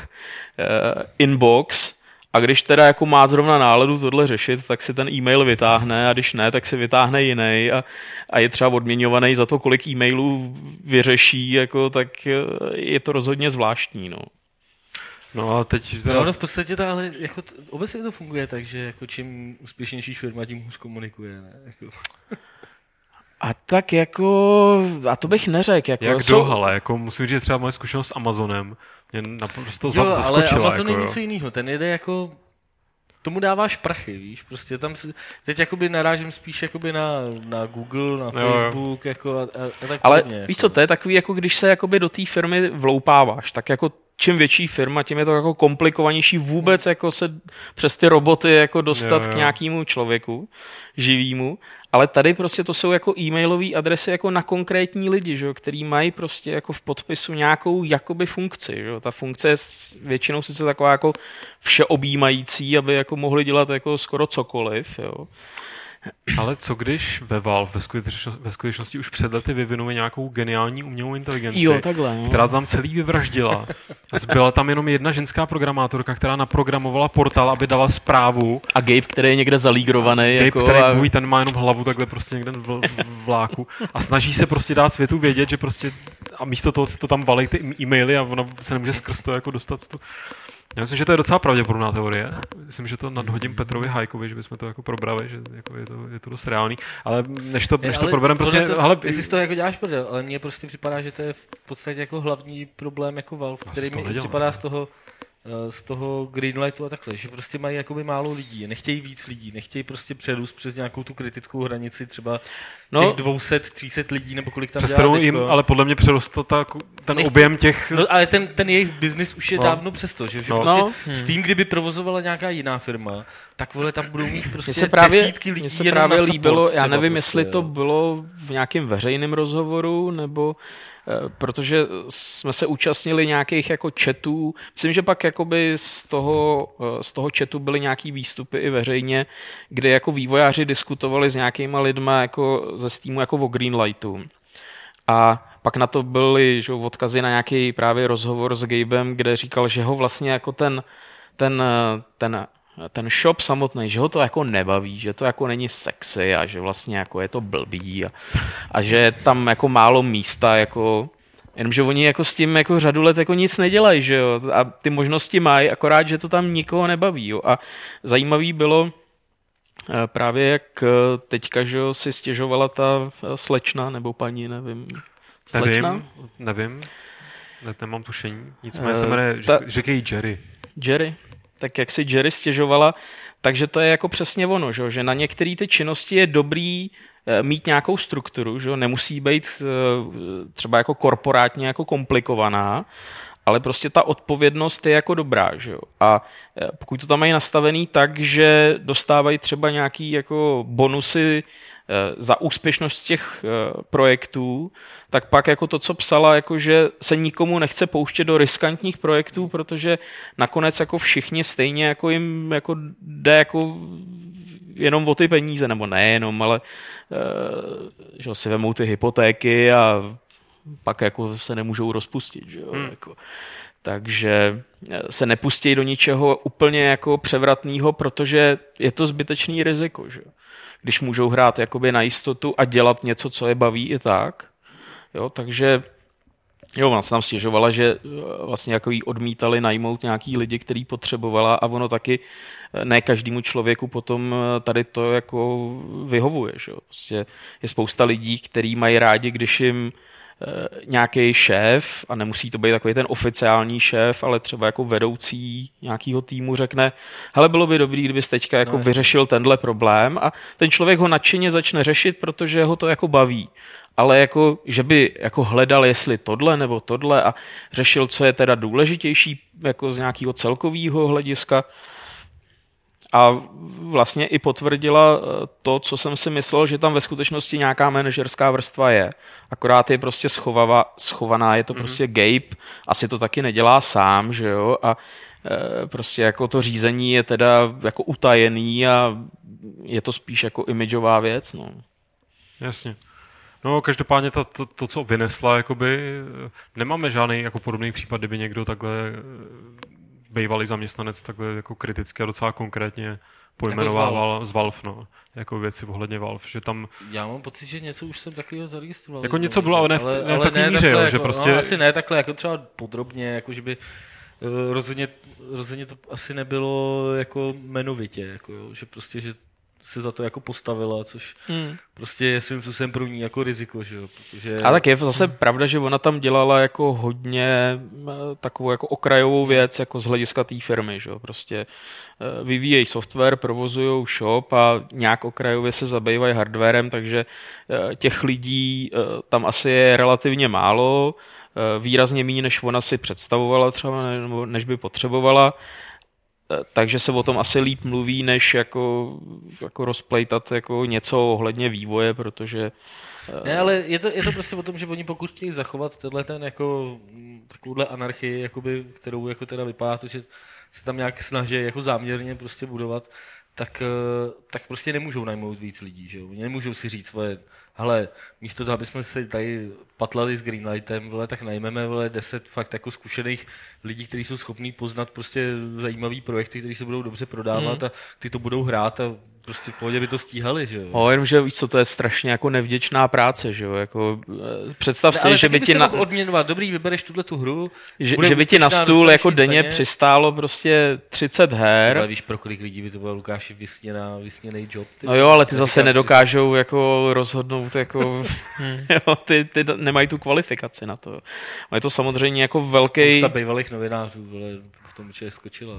inbox a když teda jako má zrovna náladu tohle řešit, tak si ten e-mail vytáhne a když ne, tak si vytáhne jiný a, a je třeba odměňovaný za to, kolik e-mailů vyřeší, jako, tak je to rozhodně zvláštní. No. No a teď... No, no v podstatě to ale jako t- obecně to funguje tak, že jako čím úspěšnější firma, tím hůř komunikuje, ne? Jako. A tak jako, a to bych neřekl. Jako, Jak jsou... do, ale jako musím říct, že třeba moje zkušenost s Amazonem mě naprosto jo, zaskočila. Ale Amazon jako, je něco jiného, ten jede jako, tomu dáváš prachy, víš, prostě tam si, teď jakoby narážím spíš jakoby na, na Google, na Facebook, jo. Jako a, a tak ale podobně, víš jako. co, to je takový, jako když se jakoby do té firmy vloupáváš, tak jako čím větší firma, tím je to jako komplikovanější vůbec jako se přes ty roboty jako dostat jo, jo. k nějakému člověku živýmu. Ale tady prostě to jsou jako e-mailové adresy jako na konkrétní lidi, že, který mají prostě jako v podpisu nějakou jakoby funkci. Že. Ta funkce je většinou sice taková jako všeobjímající, aby jako mohli dělat jako skoro cokoliv. Jo. Ale co když ve Valve ve skutečnosti, ve skutečnosti už před lety vyvinuli nějakou geniální umělou inteligenci, jo, takhle, no. která to tam celý vyvraždila. Zbyla tam jenom jedna ženská programátorka, která naprogramovala portál, aby dala zprávu. A Gabe, který je někde zalígrovaný. Gabe, jako, který a... mluví, ten má jenom hlavu takhle prostě někde v, v vláku a snaží se prostě dát světu vědět, že prostě a místo toho se to tam valí ty e-maily a ono se nemůže skrz to jako dostat. To. Já myslím, že to je docela pravděpodobná teorie. Myslím, že to nadhodím Petrovi Hajkovi, že bychom to jako probrali, že jako je, to, je to dost reálný. Ale než to, než to probereme prostě... To, hele, jestli si to jako děláš prdel, ale mně prostě připadá, že to je v podstatě jako hlavní problém jako Valve, který mi připadá z toho, z toho Greenlightu a takhle, že prostě mají jakoby málo lidí, nechtějí víc lidí, nechtějí prostě přerůst přes nějakou tu kritickou hranici třeba no, těch dvě stě, tři sta lidí, nebo kolik tam dělá teďko. Jim, ale podle mě přerostl ta, ten Nechtějí, objem těch... No ale ten, ten jejich biznis už je no. dávno přesto, že, že no. prostě no. s tím, kdyby provozovala nějaká jiná firma, tak vole, tam budou mít prostě se právě, desítky lidí. Mně se právě líbilo, já nevím, prostě, jestli to bylo v nějakém veřejném rozhovoru, nebo protože jsme se účastnili nějakých jako chatů. Myslím, že pak jakoby z toho, z toho chatu byly nějaký výstupy i veřejně, kde jako vývojáři diskutovali s nějakýma lidma jako ze Steamu jako o Greenlightu. A pak na to byly že, odkazy na nějaký právě rozhovor s Gabem, kde říkal, že ho vlastně jako ten, ten, ten ten shop samotný, že ho to jako nebaví, že to jako není sexy a že vlastně jako je to blbý a, a že je tam jako málo místa, jako, jenomže oni jako s tím jako řadu let jako nic nedělají, že jo, a ty možnosti mají, akorát, že to tam nikoho nebaví, jo, a zajímavý bylo právě, jak teďka, že jo, si stěžovala ta slečna, nebo paní, nevím, slečna? Nevím, nevím, ne, nemám tušení, nicméně uh, se jmenuje, ta... říkají Jerry. Jerry. Tak jak si Jerry stěžovala, takže to je jako přesně ono, že na některé ty činnosti je dobrý mít nějakou strukturu, že nemusí být třeba jako korporátně jako komplikovaná, ale prostě ta odpovědnost je jako dobrá, že jo. A pokud to tam mají nastavený tak, že dostávají třeba nějaký jako bonusy za úspěšnost těch projektů, tak pak jako to, co psala, jako že se nikomu nechce pouštět do riskantních projektů, protože nakonec jako všichni stejně jako jim jako jde jako jenom o ty peníze, nebo nejenom, ale že si vemou ty hypotéky a pak jako se nemůžou rozpustit, že jo, hmm. jako. Takže se nepustí do ničeho úplně jako převratného, protože je to zbytečný riziko, že jo. Když můžou hrát jakoby na jistotu a dělat něco, co je baví i tak. Jo, takže jo, ona se tam stěžovala, že vlastně jako jí odmítali najmout nějaký lidi, který potřebovala a ono taky ne každému člověku potom tady to jako vyhovuje. Že jo. Prostě je spousta lidí, kteří mají rádi, když jim nějaký šéf, a nemusí to být takový ten oficiální šéf, ale třeba jako vedoucí nějakého týmu řekne, hele, bylo by dobrý, kdybys teďka jako no, vyřešil tenhle problém a ten člověk ho nadšeně začne řešit, protože ho to jako baví. Ale jako, že by jako hledal, jestli tohle nebo tohle a řešil, co je teda důležitější jako z nějakého celkového hlediska. A vlastně i potvrdila to, co jsem si myslel, že tam ve skutečnosti nějaká manažerská vrstva je. Akorát je prostě schovava, schovaná, je to mm-hmm. prostě Gabe, asi to taky nedělá sám, že jo, a e, prostě jako to řízení je teda jako utajený a je to spíš jako imageová věc, no. Jasně. No, každopádně to, to, to co vynesla, jakoby, nemáme žádný jako podobný případ, kdyby někdo takhle bývalý zaměstnanec takhle jako kriticky a docela konkrétně pojmenovával jako z Valve, no, jako věci ohledně Valve, že tam... Já mám pocit, že něco už jsem takového zaregistroval. Jako něco bylo, ale ne v, ale, ne v takové míře, jo, jako, že prostě... No, asi ne takhle, jako třeba podrobně, jako že by uh, rozhodně, rozhodně to asi nebylo jako jmenovitě, jako jo, že prostě, že se za to jako postavila, což hmm. prostě je svým způsobem pro ní jako riziko, že jo, protože... A tak je zase pravda, že ona tam dělala jako hodně takovou jako okrajovou věc jako z hlediska té firmy, že jo, prostě vyvíjejí software, provozujou shop a nějak okrajově se zabývají hardwarem, takže těch lidí tam asi je relativně málo. výrazně méně, než ona si představovala třeba, nebo než by potřebovala. Takže se o tom asi líp mluví, než jako, jako rozplejtat jako něco ohledně vývoje, protože... Ne, ale je to, je to prostě o tom, že oni pokud chtějí zachovat tenhle ten jako takovouhle anarchii, jakoby, kterou jako teda vypadá to, že se tam nějak snaží jako záměrně prostě budovat, tak, tak prostě nemůžou najmout víc lidí, že jo? Oni nemůžou si říct svoje, hele, místo toho, aby jsme se tady patlali s Greenlightem, vole, tak najmeme vole, deset fakt jako zkušených lidí, kteří jsou schopní poznat prostě zajímavý projekty, které se budou dobře prodávat hmm. a ty to budou hrát a prostě v pohodě by to stíhali, že jo. No, jenomže víš co, to je strašně jako nevděčná práce, že jo, jako představ ne, si, ale že by ti na... odměnovat, dobrý, vybereš tuhle tu hru, že, že by ti na stůl jako denně peněz. Přistálo prostě třicet her. Ale víš, pro kolik lidí by to bylo, Lukáši, vysněná, vysněnej job. Ty, no jo, ale ty zase nedokážou přesně. Jako rozhodnout, jako, jo, ty, ty nemají tu kvalifikaci na to. A je to samozřejmě jako velký... Spousta bývalých novinářů, vole, v tom určitě skočila.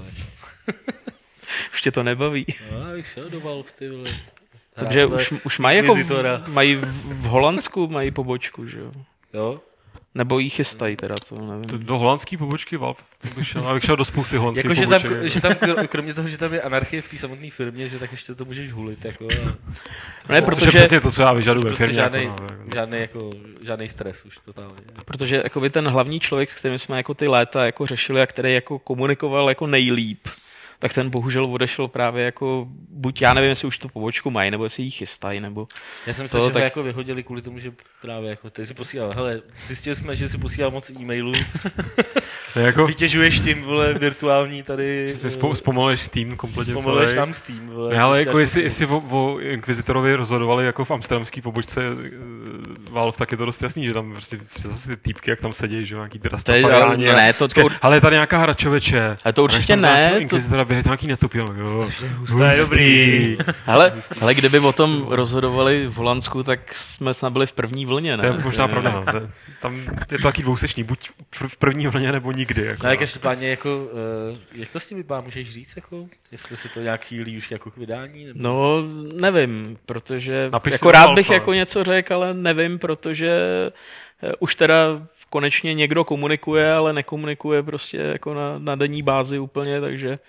Už tě to nebaví. No, já bych šel do Valve, ty vole. Takže už, už mají jako v, mají v Holandsku mají pobočku, že jo? Jo? Nebo jí chystají teda, to nevím. Do, do holandský pobočky Valve bych šel, abych šel do spousty holandských jako, poboček. Že tam, že tam, kromě toho, že tam je anarchie v té samotné firmě, že tak ještě to můžeš hulit. Jako, a... Ne, protože... přesně to, co já vyžaduji ve prostě firmě. Žádnej, jako, no, žádnej, jako, žádnej stres už totálně. Protože jakoby ten hlavní člověk, s kterým jsme jako ty léta jako řešili a který jako komunikoval jako nejlíp, tak ten bohužel odešel právě jako, buď já nevím, jestli už tu pobočku mají, nebo jestli jí chystají, nebo... Já jsem myslel, že tak... jako vyhodili kvůli tomu, že právě jako ty si posílal, hele, zjistili jsme, že si posílal moc e-mailů, jako... vytěžuješ tím, vole, virtuální tady... Si zpomaluješ Steam kompletně celý. Zpomaluješ tam Steam, vole. Ne, ale jako jestli, jestli o, o Inquisitorovi rozhodovali jako v amsterdamský pobočce Valve, tak je to dost jasný, že tam prostě ty týpky, jak tam sedí, že nějaký ty rastafaráni. Ne, to... Ale je tady nějaká hra čověče. Ale to určitě ne. Běhají nějaký netopil, jo. To je dobrý. Ale, ale kdyby o tom rozhodovali v Holandsku, tak jsme snad byli v první vlně, ne? To je možná pravda. Tam je to taky dvousečný, buď v první vlně, nebo nikdy. Jako. No, každopádně, jako, uh, jak to s tím vypadá, můžeš říct, jako, jestli si to nějak chýlí už jako k vydání? Nebo... No, nevím, protože Napiš jako rád bych jako něco řekl, ale nevím, protože už teda konečně někdo komunikuje, ale nekomunikuje prostě jako na, na denní bázi úplně, takže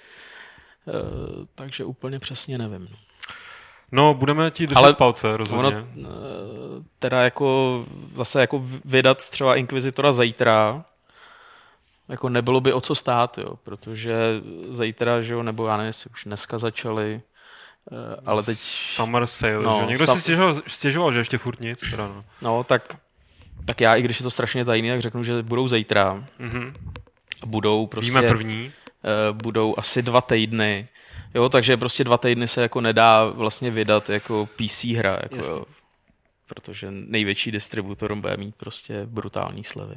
Uh, takže úplně přesně nevím. No, budeme ti držet ale palce, rozhodně. Ono, uh, teda jako zase jako vydat třeba Inquisitora zítra, jako nebylo by o co stát, jo, protože zítra, že jo, nebo já nevím, jestli už dneska začali, uh, ale teď... Summer sale, no, že? Někdo sam... si stěžoval, stěžoval, že ještě furt nic. Teda, no. no, tak, tak já, i když je to strašně tajný, tak řeknu, že budou zítra. Mm-hmm. Budou prostě... Víme první. Budou asi dva týdny, jo, takže prostě dva týdny se jako nedá vlastně vydat jako P C hra, jako jo, protože největší distributor bude mít prostě brutální slevy.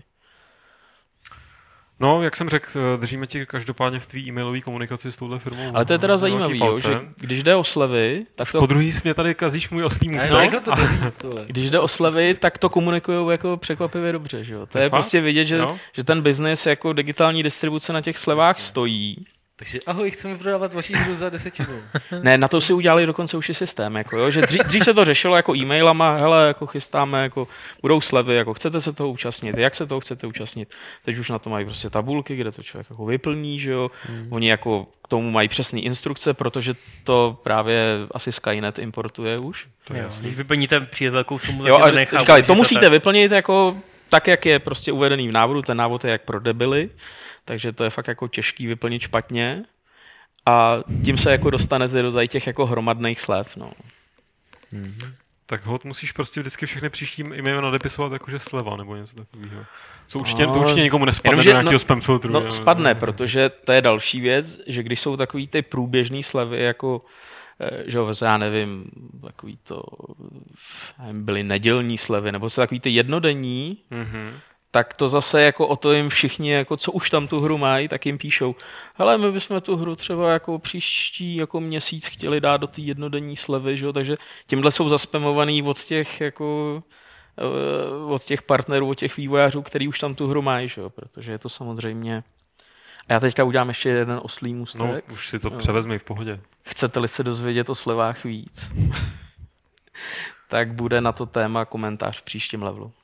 No, jak jsem řekl, držíme ti každopádně v tvý e-mailové komunikaci s touhle firmou. Ale to je teda zajímavý, jo, že když jde o slevy, tak to... Po druhý jsi mě tady kazíš můj oslý můstek. Když jde o slevy, tak to komunikujou jako překvapivě dobře, že jo. To je fakt? Prostě vidět, že, že ten biznis jako digitální distribuce na těch slevách stojí. Takže ahoj, chceme prodávat vaši hru za desetinu. Ne, na to si udělali dokonce už i systém, jako jo, že dřív, dřív se to řešilo jako e-mailama, hele, jako chystáme, jako budou slevy, jako chcete se toho účastnit, jak se toho chcete účastnit. Teď už na to mají prostě tabulky, kde to člověk jako vyplní, že jo. Hmm. Oni jako k tomu mají přesné instrukce, protože to právě asi Skynet importuje už. To je jasný. Když vyplníte příliš velkou sumu, jo, a to nechá. Říkali, to musíte tak... vyplnit jako tak, jak je prostě uvedený v návodu, ten návod je jak pro debily. Takže to je fakt jako těžký vyplnit špatně a tím se jako dostanete do těch jako hromadných slev, no. Mm-hmm. Tak hod musíš prostě vždycky všechny příští e-maily nadepisovat jakože sleva nebo něco takového. Co určitě, no, to určitě nikomu nespadne jenomže, do nějakého no, spam filtru. No, spadne, protože to je další věc, že když jsou takový ty průběžný slevy jako že já nevím, takový to byly nedělní slevy, nebo se takový ty jednodenní, mm-hmm. tak to zase jako o to jim všichni, jako co už tam tu hru mají, tak jim píšou, hele, my bychom tu hru třeba jako příští jako měsíc chtěli dát do té jednodenní slevy, že? Takže tímhle jsou zaspamovaný od těch jako od těch partnerů, od těch vývojářů, který už tam tu hru mají, že? Protože je to samozřejmě... A já teďka udělám ještě jeden oslý můstek. No, už si to převezmi v pohodě. Chcete-li se dozvědět o slevách víc, tak bude na to téma komentář v příštím levelu.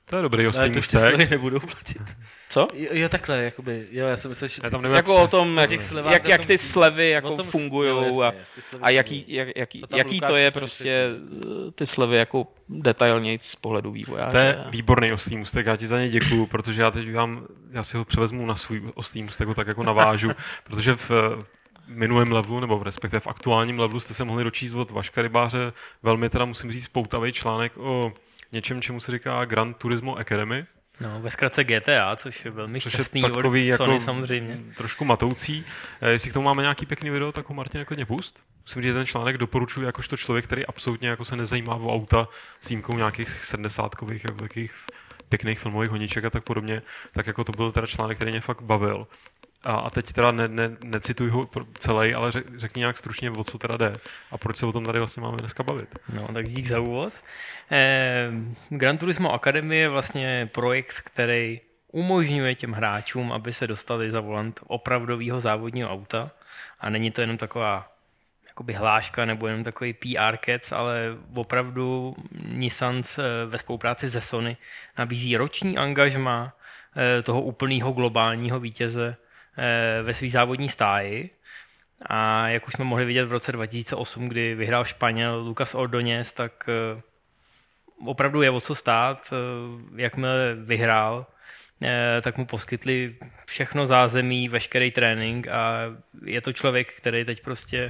To je dobrý ostý můstek. Ale to ty nebudou platit. Co? Jo, jo takhle, jakoby, jo, já jsem myslel, že... Tam jako o tom, jak, slevách, jak, jak ty slevy jako tom, fungujou a, a jaký, jak, jaký, to jaký to je prostě ty slevy jako detailněji z pohledu vývojáře. To je výborný ostý můstek, já ti za ně děkuju, protože já teď vám, já si ho převezmu na svůj ostý můstek, tak jako navážu, protože v minulém levelu, nebo respektive v aktuálním levelu jste se mohli dočíst od Vaška Rybáře velmi teda musím říct poutavý článek o něčem, čemu se říká Gran Turismo Academy. No, ve zkratce G T A, což je velmi což šťastný je takový od Sony jako samozřejmě. Trošku matoucí. Jestli k tomu máme nějaký pěkný video, tak ho Martin klidně pust. Musím říct, že ten článek doporučuji jakožto člověk, který absolutně jako se nezajímá o auta s výjimkou nějakých sedmdesátkových jako takových pěkných filmových honiček a tak podobně, tak jako to byl teda článek, který mě fakt bavil. A, a teď teda ne, ne, necituji ho celý, ale řek, řekni nějak stručně, o co teda jde a proč se o tom tady vlastně máme dneska bavit. No, tak dík za úvod. Eh, Gran Turismo Academy je vlastně projekt, který umožňuje těm hráčům, aby se dostali za volant opravdového závodního auta a není to jenom taková jakoby hláška nebo jenom takový P R kec, ale opravdu Nissan ve spolupráci se Sony nabízí roční angažma toho úplného globálního vítěze ve své závodní stáji. A jak už jsme mohli vidět v roce dva tisíce osm, kdy vyhrál Španěl Lucas Ordóñez, tak opravdu je o co stát. Jakmile vyhrál, tak mu poskytli všechno zázemí, veškerý trénink a je to člověk, který teď prostě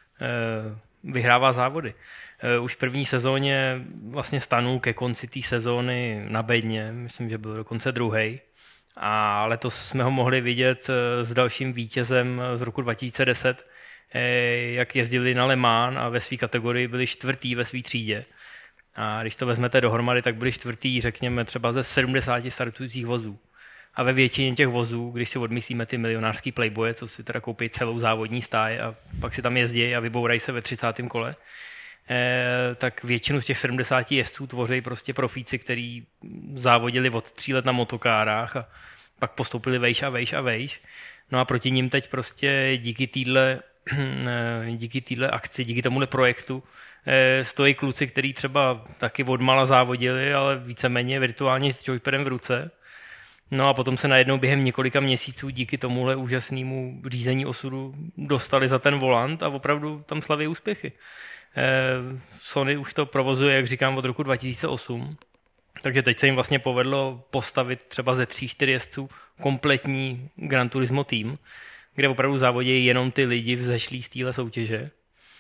vyhrává závody. Už v první sezóně vlastně stanul ke konci té sezóny na bedně, myslím, že byl dokonce druhej. A letos jsme ho mohli vidět s dalším vítězem z roku dva tisíce deset, jak jezdili na Le Mans a ve své kategorii byli čtvrtý ve své třídě. A když to vezmete dohromady, tak byli čtvrtý, řekněme, třeba ze sedmdesáti startujících vozů. A ve většině těch vozů, když si odmyslíme ty milionářský playboye, co si teda koupí celou závodní stáj a pak si tam jezdí a vybourají se ve třicátém kole, eh, tak většinu z těch sedmdesáti jezdců tvoří prostě profíci, kteří závodili od tří let na motokárách a pak postoupili vejš a vejš a vejš. No a proti ním teď prostě díky týhle, díky týhle akci, díky tomuhle projektu eh, stojí kluci, kteří třeba taky odmala závodili, ale víceméně virtuálně s joypadem v ruce. No a potom se najednou během několika měsíců díky tomuhle úžasnému řízení osudu dostali za ten volant a opravdu tam slaví úspěchy. Eh, Sony už to provozuje, jak říkám, od roku dva tisíce osm, takže teď se jim vlastně povedlo postavit třeba ze tří, čtyři jezdců kompletní Gran Turismo tým, kde opravdu závodí jenom ty lidi vzešlí z téhle soutěže.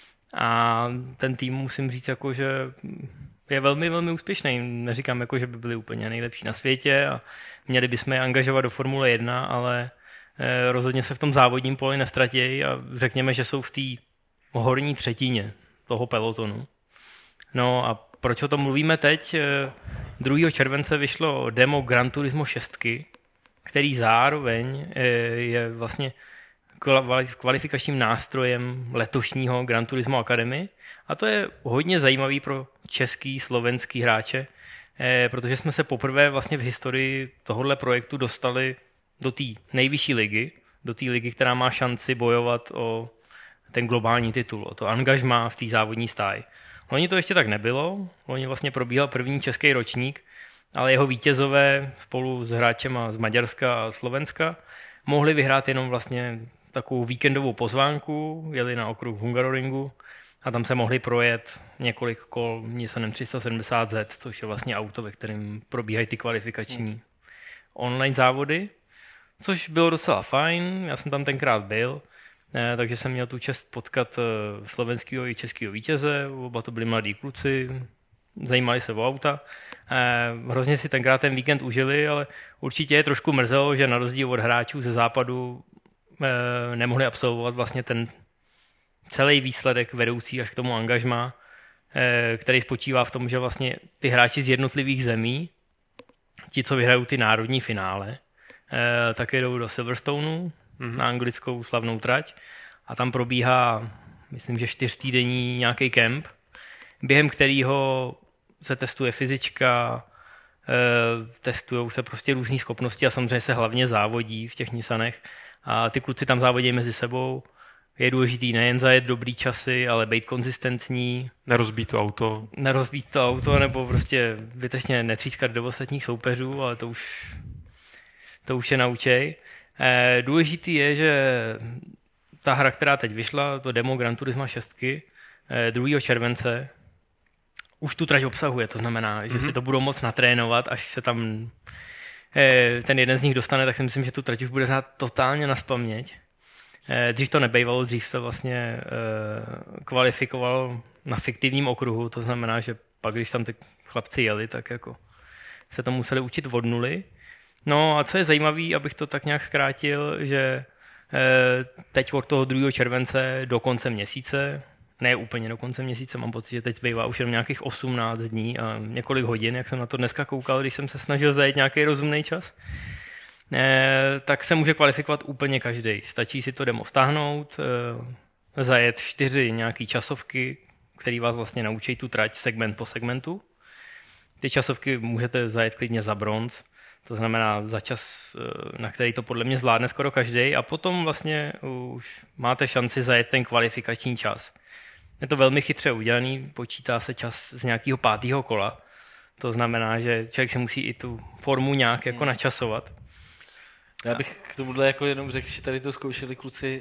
A ten tým musím říct, jako, že je velmi, velmi úspěšný. Neříkám, jako, že by byli úplně nejlepší na světě a měli bychom je angažovat do Formule jedna, ale eh, rozhodně se v tom závodním poli nestratějí a řekněme, že jsou v té horní třetině toho pelotonu. No a proč o tom mluvíme teď? druhého července vyšlo demo Gran Turismo šest, který zároveň je vlastně kvalifikačním nástrojem letošního Gran Turismo Academy. A to je hodně zajímavý pro český, slovenský hráče, protože jsme se poprvé vlastně v historii tohohle projektu dostali do té nejvyšší ligy, do té ligy, která má šanci bojovat o ten globální titul, o to angažmá v té závodní stáji. Loni to ještě tak nebylo, loni vlastně probíhal první český ročník, ale jeho vítězové spolu s hráčema z Maďarska a Slovenska mohli vyhrát jenom vlastně takovou víkendovou pozvánku, jeli na okruh Hungaroringu a tam se mohli projet několik kol Nissanem tři sta sedmdesát Z, což je vlastně auto, ve kterém probíhají ty kvalifikační online závody, což bylo docela fajn, já jsem tam tenkrát byl. Takže jsem měl tu čest potkat slovenského i českého vítěze, oba to byli mladí kluci, zajímali se o auta. Hrozně si tenkrát ten víkend užili, ale určitě je trošku mrzelo, že na rozdíl od hráčů ze západu nemohli absolvovat vlastně ten celý výsledek vedoucí až k tomu angažmá, který spočívá v tom, že vlastně ty hráči z jednotlivých zemí, ti, co vyhrajou ty národní finále, tak jdou do Silverstoneu, mm-hmm. na anglickou slavnou trať a tam probíhá, myslím, že čtyřtýdenní nějaký kemp, během kterého se testuje fyzička, testují se prostě různé schopnosti a samozřejmě se hlavně závodí v těch Nissanech a ty kluci tam závodí mezi sebou. je důležitý nejen zajet dobrý časy, ale být konzistentní. Nerozbít to auto. Nerozbít to auto, nebo prostě vytečně netřískat do ostatních soupeřů, ale to už, to už je naučej. E, důležitý je, že ta hra, která teď vyšla, to demo Gran Turismo šest, e, druhého července, už tu trať obsahuje, to znamená, že mm-hmm. si to budou moc natrénovat, až se tam e, ten jeden z nich dostane, tak si myslím, že tu trať už bude znát totálně naspaměť. E, dřív to nebejvalo, dřív se vlastně e, kvalifikoval na fiktivním okruhu, to znamená, že pak, když tam ty chlapci jeli, tak jako se to museli učit od nuly. No a co je zajímavé, abych to tak nějak zkrátil, že e, teď od toho druhého července do konce měsíce, ne úplně do konce měsíce, mám pocit, že teď zbývá už jenom nějakých osmnáct dní a několik hodin, jak jsem na to dneska koukal, když jsem se snažil zajít nějaký rozumný čas, e, tak se může kvalifikovat úplně každý. Stačí si to demo stáhnout, e, zajet čtyři nějaký časovky, které vás vlastně naučí tu trať segment po segmentu. Ty časovky můžete zajet klidně za bronz, to znamená za čas, na který to podle mě zvládne skoro každý, a potom vlastně už máte šanci zajet ten kvalifikační čas. Je to velmi chytře udělaný, počítá se čas z nějakého pátého kola, to znamená, že člověk si musí i tu formu nějak jako načasovat. Já bych k tomuhle jako jenom řekl, že tady to zkoušeli kluci,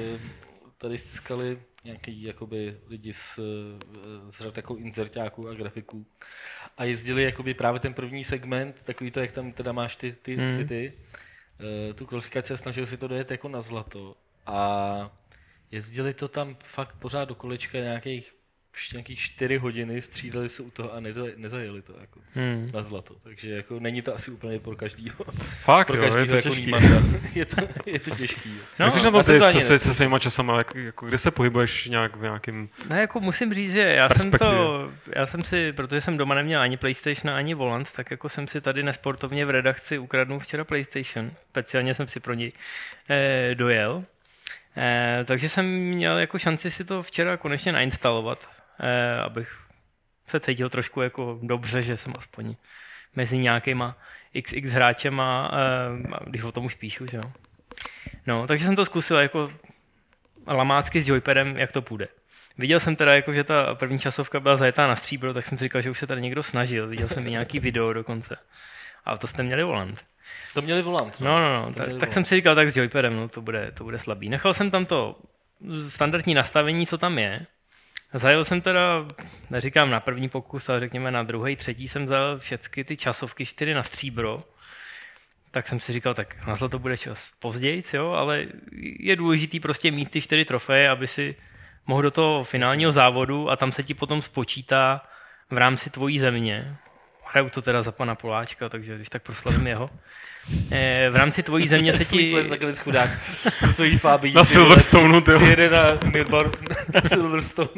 tady stiskali nějaký jakoby lidi z, z řad jako inzerťáků a grafiků a jezdili jakoby právě ten první segment, takový to, jak tam teda máš ty, ty, ty, ty, ty tu kvalifikaci a snažili si to dojet jako na zlato a jezdili to tam fakt pořád do kolečka nějakých nějakých čtyři hodiny, střídali se u toho a nedali, nezajeli to jako hmm. na zlato. Takže jako není to asi úplně pro každýho. Fakt pro jo, je to jako těžký. je, to, je to těžký. No, Myslíš na to ty se, se, se svýma časama, jak, jako, kde se pohybuješ nějak v nějakým Ne, jako musím říct, že já jsem to, já jsem si, protože jsem doma neměl ani PlayStation, ani volant, tak jako jsem si tady nesportovně v redakci ukradnul včera PlayStation. Speciálně jsem si pro něj eh, dojel. Eh, takže jsem měl jako šanci si to včera konečně nainstalovat, eh, abych se cítil trošku jako dobře, že jsem aspoň mezi nějakýma iks iks hráčema, eh, když o tom už píšu, že jo. No, takže jsem to zkusil jako lamácky s joypadem, jak to půjde. Viděl jsem teda, jako, že ta první časovka byla zajetá na stříbro, tak jsem si říkal, že už se tady někdo snažil. Viděl jsem i nějaký video dokonce. A to jste měli volant. To měli volant. No, no, no. Tak, tak volant. Jsem si říkal, tak s joypadem, no, to bude, to bude slabý. Nechal jsem tam to standardní nastavení, co tam je. Zajel jsem teda, neříkám na první pokus, ale řekněme na druhý, třetí jsem zajel všechny ty časovky čtyři na stříbro. Tak jsem si říkal, tak na zlato bude čas později, jo, ale je důležitý prostě mít ty čtyři trofeje, aby si mohl do toho finálního závodu a tam se ti potom spočítá v rámci tvojí země. Hraju to teda za pana Poláčka, takže když tak proslavím jeho. E, v rámci tvojí země se ti... Nakonec chudák. To svojí fábí. Na Silverstone, ty přijede na Mirbar, na Silverstone.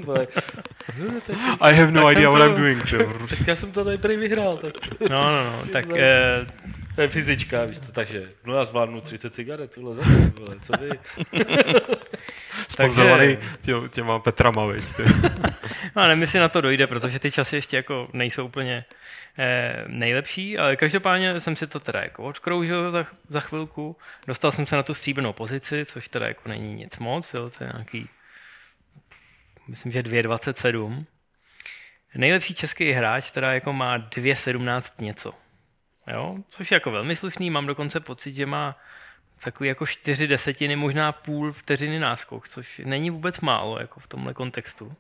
I have no idea what I'm doing. Tak já jsem to tady prý vyhrál. Tak. No, no, no. Tak... E... To je fyzička, víš to, takže no já zvládnu třicet cigaret, tohle za to, co vy? Sponzorovaný tě, těma Petrama, viď. No, nevím, jestli na to dojde, protože ty časy ještě jako nejsou úplně eh, nejlepší, ale každopádně jsem si to teda jako odkroužil za, za chvilku, dostal jsem se na tu stříbrnou pozici, což teda jako není nic moc, jo, to je nějaký, myslím, že dvě dvacet sedm. Nejlepší český hráč teda jako má dvě sedmnáct něco. Jo, což je jako velmi slušný, mám dokonce pocit, že má takový jako čtyři desetiny, možná půl vteřiny náskok, což není vůbec málo jako v tomhle kontextu.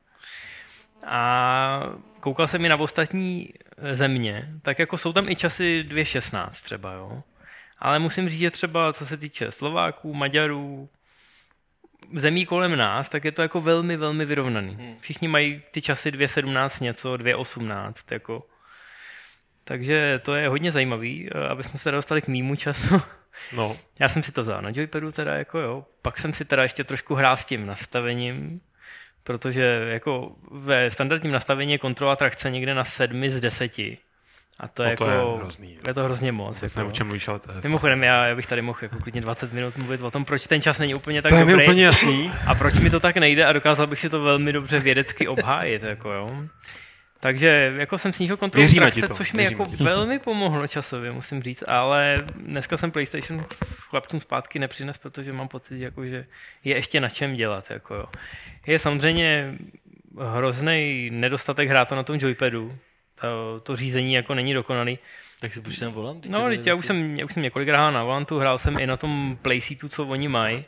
A koukal jsem i na ostatní země, tak jako jsou tam i časy dvě šestnáct třeba, jo. Ale musím říct, že třeba co se týče Slováků, Maďarů, zemí kolem nás, tak je to jako velmi, velmi vyrovnaný. Všichni mají ty časy dvě sedmnáct něco, dvě osmnáct, jako. Takže to je hodně zajímavý, aby jsme se dostali k mýmu času. No. Já jsem si to vzal na joypadu teda, jako jo. Pak jsem si teda ještě trošku hrál s tím nastavením, protože jako ve standardním nastavení je kontrola trakce někde na sedmi z deseti. A to, no je to jako, je hrozný. Je to hrozně moc. Jako, nevím, čem mluvíš, ale to je... Mimochodem, já, já bych tady mohl jako klidně dvacet minut mluvit o tom, proč ten čas není úplně tak to dobrý. To je mi úplně jasný. A proč mi to tak nejde a dokázal bych si to velmi dobře vědecky obhájit, jako jo. Takže jako jsem snížil kontrolu trakce, což mi jako velmi pomohlo časově, musím říct, ale dneska jsem PlayStation chlapcům zpátky nepřines, protože mám pocit, jako, že je ještě na čem dělat. Jako jo. Je samozřejmě hrozný nedostatek hrát to na tom joypadu, to, to řízení jako není dokonalý. Tak si pustíš na volant? No, já už, jsem, já už jsem několikrát hrál na volantu, hrál jsem i na tom playseatu, co oni mají.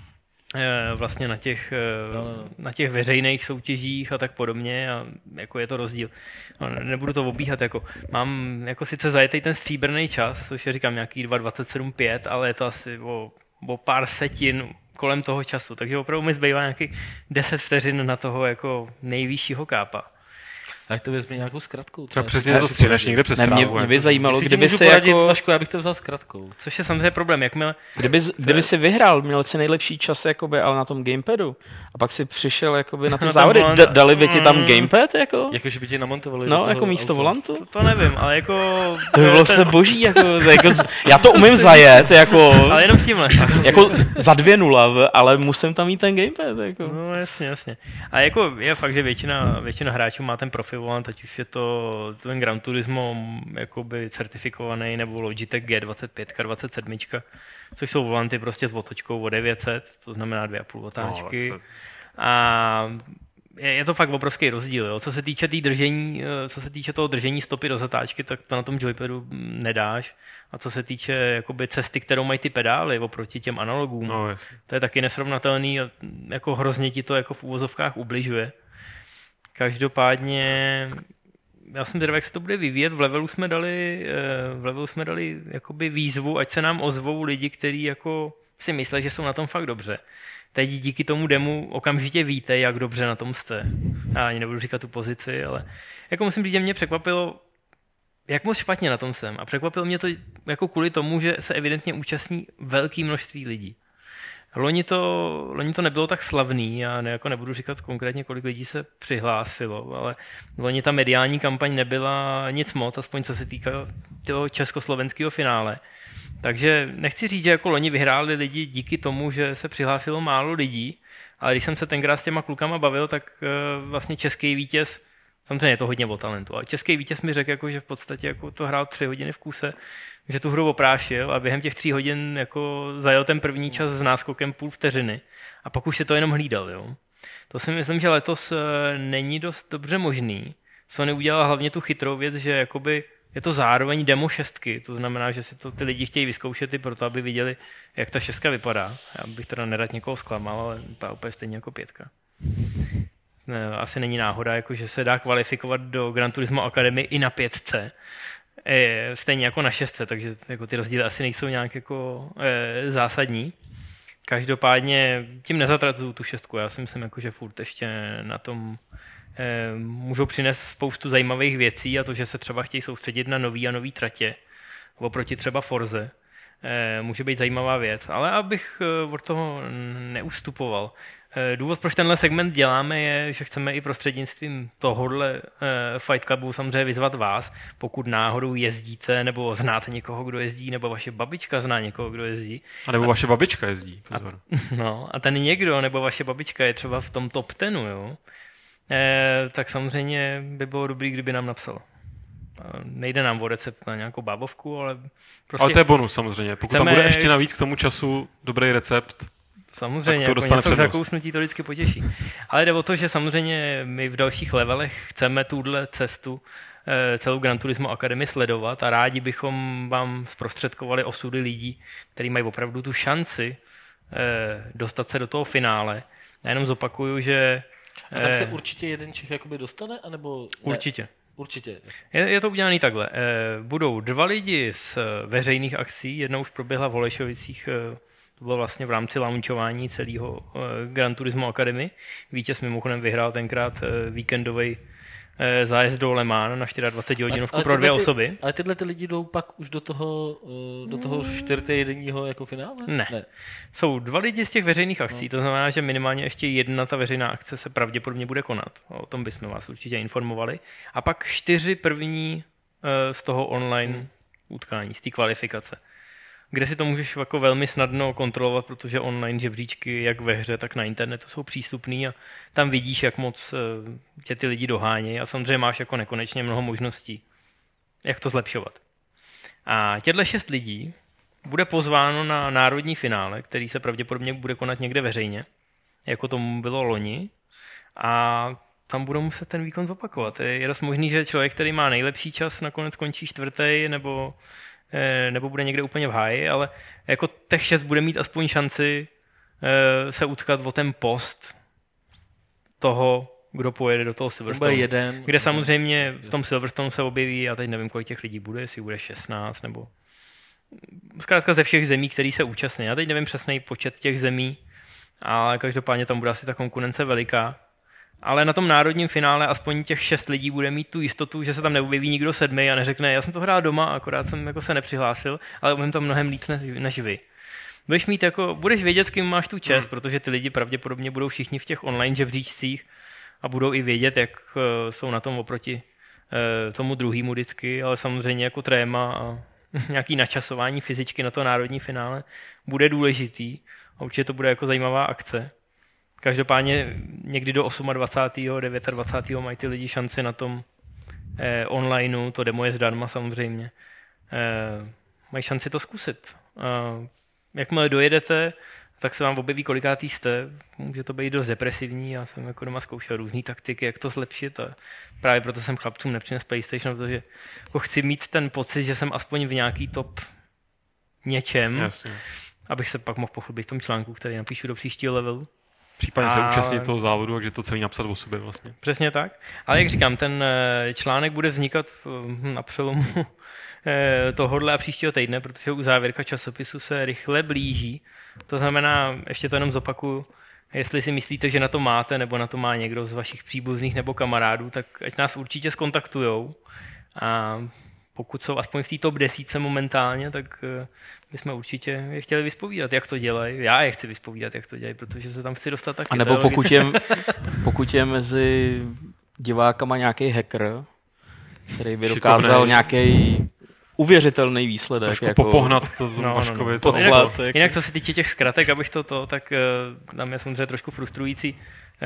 Vlastně na těch, no, no. na těch veřejných soutěžích a tak podobně a jako je to rozdíl. No, nebudu to obíhat, jako mám jako sice zajetej ten stříbrný čas, což je říkám nějaký dva dvacet sedm pět, ale je to asi o, o pár setin kolem toho času, takže opravdu mi zbývá nějaký deset vteřin na toho jako nejvyššího kápa. Tak to vezmi nějakou zkratkou. Třeba přesně to stříleš někde přes ne, mě, mě by zajímalo, kdyby si jako... Vašku, já bych to vzal zkratkou. Což je samozřejmě problém, jakmile... Kdyby, kdyby si vyhrál, měl si nejlepší čas, jakoby, ale na tom gamepadu, a pak si přišel jakoby, na ty závody, D- dali by ti tam gamepad? Jako, jako že by ti namontovali no, jako místo auto. Volantu? To, to nevím, ale jako... To by bylo ten... se boží, jako, jako, já to umím zajet, jako... Ale jenom s tímhle. Jako za dvě nula, ale musím tam mít ten gamepad, jako. No jasně, jasně. A jako je fakt, že většina, většina hráčů má ten profi volant, ať už je to ten Gran Turismo jakoby certifikovaný, nebo Logitech G dvacet pět, dvacet sedm, což jsou volanty prostě s otočkou o devět set, to znamená dvě a půl otáčky. No, a je, je to fakt obrovský rozdíl. Jo. Co se týče tý držení, co se týče toho držení stopy do zatáčky, tak to na tom joypadu nedáš. A co se týče jakoby cesty, kterou mají ty pedály oproti těm analogům, no, to je taky nesrovnatelný a jako hrozně ti to jako v úvozovkách ubližuje. Každopádně já jsem zvědavý, jak se to bude vyvíjet. V levelu jsme dali, v levelu jsme dali jakoby výzvu, ať se nám ozvou lidi, kteří jako si myslí, že jsou na tom fakt dobře. Teď díky tomu demu okamžitě víte, jak dobře na tom jste. Já ani nebudu říkat tu pozici, ale jako musím říct, že mě překvapilo, jak moc špatně na tom jsem. A překvapilo mě to jako kvůli tomu, že se evidentně účastní velké množství lidí. Loni to, loni to nebylo tak slavný, já ne, jako nebudu říkat konkrétně, kolik lidí se přihlásilo, ale loni ta mediální kampaň nebyla nic moc, aspoň co se týká toho československého finále. Takže nechci říct, že jako loni vyhráli lidi díky tomu, že se přihlásilo málo lidí, ale když jsem se tenkrát s těma klukama bavil, tak vlastně český vítěz, samozřejmě je to hodně o talentu, ale český vítěz mi řekl, jako, že v podstatě jako to hrál tři hodiny v kuse, že tu hru oprášil a během těch tří hodin jako zajel ten první čas s náskokem půl vteřiny a pak už se to jenom hlídal. Jo. To si myslím, že letos není dost dobře možný. Sony udělala hlavně tu chytrou věc, že jakoby je to zároveň demo šestky, to znamená, že si to ty lidi chtějí vyzkoušet i proto, aby viděli, jak ta šestka vypadá. Já bych teda nerad někoho zklamal, ale vypadá úplně stejně jako pětka. Ne, asi není náhoda, jako že se dá kvalifikovat do Gran Turismo Academy i na pětce, e, stejně jako na šestce, takže jako ty rozdíly asi nejsou nějak jako e, zásadní. Každopádně tím nezatracuju tu šestku, já si myslím, jako, že furt ještě na tom e, můžou přinést spoustu zajímavých věcí a to, že se třeba chtějí soustředit na nový a nový tratě, oproti třeba Forze, e, může být zajímavá věc, ale abych od toho neustupoval. Důvod, proč tenhle segment děláme, je, že chceme i prostřednictvím tohohle Fight Clubu samozřejmě vyzvat vás, pokud náhodou jezdíte, nebo znáte někoho, kdo jezdí, nebo vaše babička zná někoho, kdo jezdí. A nebo a, vaše babička jezdí. A, no, a ten někdo, nebo vaše babička je třeba v tom top tenu, jo, e, tak samozřejmě by bylo dobrý, kdyby nám napsalo. Nejde nám o recept na nějakou bábovku, ale prostě... Ale to je bonus samozřejmě. Pokud tam bude ještě navíc k tomu času dobrý recept, samozřejmě, to jako něco k zakousnutí to vždycky potěší. Ale jde o to, že samozřejmě my v dalších levelech chceme tuhle cestu celou Gran Turismo Academy sledovat a rádi bychom vám zprostředkovali osudy lidí, kteří mají opravdu tu šanci dostat se do toho finále. Já jenom zopakuju, že... A tak se určitě jeden Čech jakoby dostane, anebo... Určitě. Ne? Určitě. Je, je to udělané takhle. Budou dva lidi z veřejných akcí, jedna už proběhla v Holešovicích, to bylo vlastně v rámci launchování celého Gran Turismo Academy. Vítěz mimochodem vyhrál tenkrát víkendový zájezd do Le Mans na dvacet čtyři hodinovku pro dvě ty, osoby. Ale tyhle ty lidi jdou pak už do toho, do toho čtyřidenního jako finále? Ne. ne. Jsou dva lidi z těch veřejných akcí, no. To znamená, že minimálně ještě jedna ta veřejná akce se pravděpodobně bude konat. O tom bychom vás určitě informovali. A pak čtyři první z toho online hmm. utkání, z té kvalifikace. kde si to můžeš jako velmi snadno kontrolovat, protože online žebříčky jak ve hře, tak na internetu jsou přístupný a tam vidíš, jak moc tě ty lidi dohánějí a samozřejmě máš jako nekonečně mnoho možností, jak to zlepšovat. A těchto šest lidí bude pozváno na národní finále, který se pravděpodobně bude konat někde veřejně, jako tomu bylo loni, a tam budou muset ten výkon zopakovat. Je dost možný, že člověk, který má nejlepší čas, nakonec končí čtvrtý nebo, nebo bude někde úplně v háji, ale jako těch šest bude mít aspoň šanci se utkat o ten post toho, kdo pojede do toho Silverstone. Jeden, kde samozřejmě v tom Silverstone se objeví, já teď nevím, kolik těch lidí bude, jestli bude šestnáct nebo zkrátka ze všech zemí, který se účastní. Já teď nevím přesný počet těch zemí, ale každopádně tam bude asi ta konkurence veliká. Ale na tom národním finále aspoň těch šest lidí bude mít tu jistotu, že se tam neobjeví nikdo sedmý a neřekne, já jsem to hrál doma, akorát jsem jako se nepřihlásil, ale umím to mnohem líp než vy. Budeš mít jako, budeš vědět, s kým máš tu čest, hmm. protože ty lidi pravděpodobně budou všichni v těch online žebříčcích a budou i vědět, jak jsou na tom oproti tomu druhému vždycky, ale samozřejmě jako tréma a nějaký načasování fyzičky na to národní finále bude důležitý a určitě to bude jako zajímavá akce. Každopádně někdy do dvacátého osmého, dvacátého devátého mají ty lidi šanci na tom eh, onlineu, to demo je zdarma samozřejmě, eh, mají šanci to zkusit. Eh, jakmile dojedete, tak se vám objeví, kolikátý jste, může to být dost depresivní, já jsem jako doma zkoušel různý taktiky, jak to zlepšit a právě proto jsem chlapcům nepřines PlayStation, protože jako chci mít ten pocit, že jsem aspoň v nějaký top něčem, Jasně. abych se pak mohl pochlubit v tom článku, který napíšu do příštího levelu. Případně se účastnit toho závodu, takže to celý napsat o sobě vlastně. Přesně tak. Ale jak říkám, ten článek bude vznikat na přelomu tohohle a příštího týdne, protože u závěrka časopisu se rychle blíží. To znamená, ještě to jenom zopakuju, jestli si myslíte, že na to máte, nebo na to má někdo z vašich příbuzných nebo kamarádů, tak ať nás určitě zkontaktujou. A pokud jsou aspoň v té top desítce momentálně, tak bychom určitě je chtěli vyspovídat, jak to dělají. Já je chci vyspovídat, jak to dělají, protože se tam chci dostat taky. A nebo pokud je, pokud je mezi divákama nějaký hacker, který by dokázal nějaký uvěřitelný výsledek. Trošku jako popohnat to no, Vaškovi. No, no. To jinak, jako. jinak co se týče těch zkratek, abych to, to tak tam je samozřejmě trošku frustrující.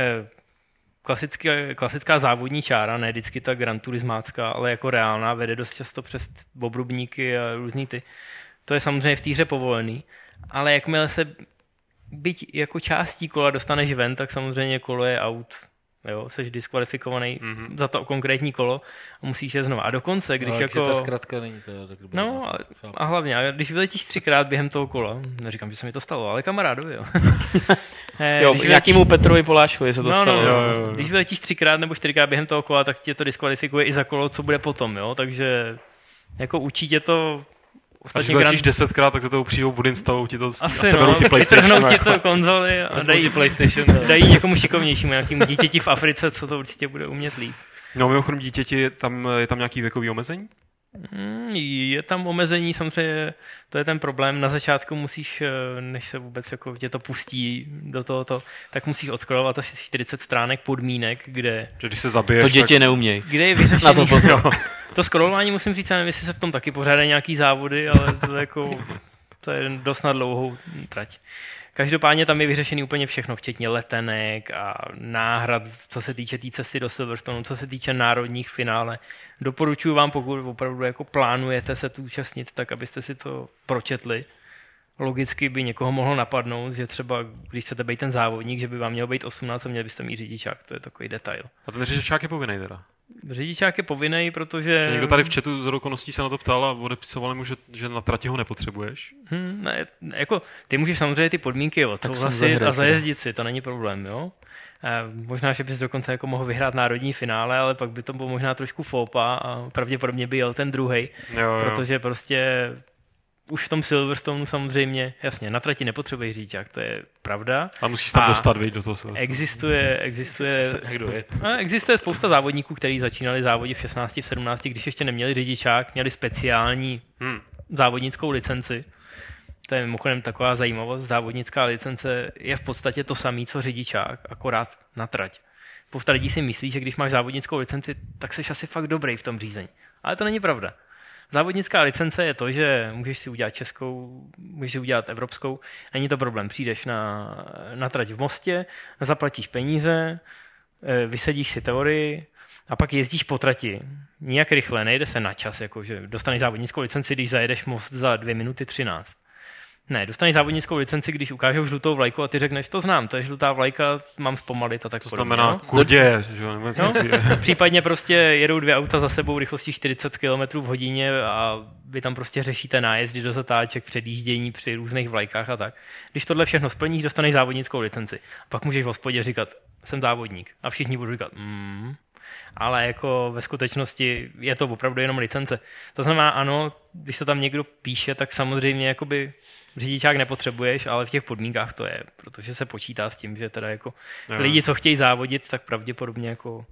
Klasická, klasická závodní čára, ne vždycky ta Gran Turismácká, ale jako reálná, vede dost často přes obrubníky a různý ty. To je samozřejmě v té hře povolený, ale jakmile se byť jako částí kola dostaneš ven, tak samozřejmě kolo je out. Jo, seš diskvalifikovaný mm-hmm. za to konkrétní kolo a musíš je znova. A dokonce, když no, jako... ta zkratka není to tak dobrý. No, a, a hlavně, a když vyletíš třikrát během toho kola, neříkám, že se mi to stalo, ale kamarádovi, jo. eh, jo, nějakému Petrovi Poláškovi se to no, stalo. No, no, jo, jo, jo. Když vyletíš třikrát nebo čtyřikrát během toho kola, tak tě to diskvalifikuje i za kolo, co bude potom, jo. Takže jako učí tě to... A když vyletíš desetkrát, tak za toho přijdou odinstalou ti to Asi, a seberou no, ti PlayStation. ti to konzoli a dají, PlayStation, dají někomu šikovnějšímu, nějakému dítěti v Africe, co to určitě bude umět líp. No mimochodem dítěti, tam, je tam nějaký věkový omezení? Je tam omezení, samozřejmě to je ten problém. Na začátku musíš, než se vůbec jako tě to pustí do tohoto, tak musíš odskrolovat asi čtyřicet stránek podmínek, kde... Že když se zabiješ, to děti tak... neumějí. Kde je vyřešený... to, to scrollování musím říct, nevím, jestli se v tom taky pořádají nějaký závody, ale to je jako... To je dost na dlouhou trať. Každopádně tam je vyřešený úplně všechno, včetně letenek a náhrad, co se týče té tý cesty do Silverstone, co se týče národních finále. Doporučuji vám, pokud opravdu jako plánujete se tu účastnit, tak abyste si to pročetli. Logicky by někoho mohlo napadnout, že třeba, když chcete být ten závodník, že by vám měl být osmnáct a měli byste mít řidičák. To je takový detail. A ten řidičák je povinný teda? Řidičák je povinný, protože... Že někdo tady v chatu z okolností se na to ptal a odepisovali mu, že, že na trati ho nepotřebuješ. Hmm, ne, jako, ty můžeš samozřejmě ty podmínky odsouhlasit a zajezdit si, to není problém, jo? A možná, že bys dokonce jako mohl vyhrát národní finále, ale pak by to bylo možná trošku fópa a pravděpodobně by jel ten druhej, protože prostě už v tom Silverstoneu samozřejmě, jasně, na trati nepotřebuješ řidičák, to je pravda. A musíš tam a dostat, viď, do toho Silverstoneu. Existuje, existuje, existuje spousta závodníků, kteří začínali závodit v šestnácti, v sedmnácti, když ještě neměli řidičák, měli speciální hmm. závodnickou licenci. To je mimochodem taková zajímavost. Závodnická licence je v podstatě to samé, co řidičák, akorát na trať. Spousta lidí si myslí, že když máš závodnickou licenci, tak jsi asi fakt dobrý v tom řízení. Ale to není pravda. Závodnická licence je to, že můžeš si udělat českou, můžeš si udělat evropskou, není to problém. Přijdeš na, na trať v Mostě, zaplatíš peníze, vysedíš si teorii a pak jezdíš po trati. Nijak rychle, nejde se na čas, jakože dostaneš závodnickou licenci, když zajedeš most za dvě minuty třináct. Ne, dostaneš závodnickou licenci, když ukážou žlutou vlajku a ty řekneš, to znám, to je žlutá vlajka, mám zpomalit a tak to podobně. To znamená kudě, že jo? No, případně prostě jedou dvě auta za sebou rychlostí čtyřicet kilometrů v hodině a vy tam prostě řešíte nájezdy do zatáček, předjíždění při různých vlajkách a tak. Když tohle všechno splníš, dostaneš závodnickou licenci. Pak můžeš v hospodě říkat, jsem závodník. A všichni budou říkat, mm, ale jako ve skutečnosti je to opravdu jenom licence. To znamená, ano, když to tam někdo píše, tak samozřejmě jakoby řidičák nepotřebuješ, ale v těch podmínkách to je, protože se počítá s tím, že teda jako no. lidi, co chtějí závodit, tak pravděpodobně jako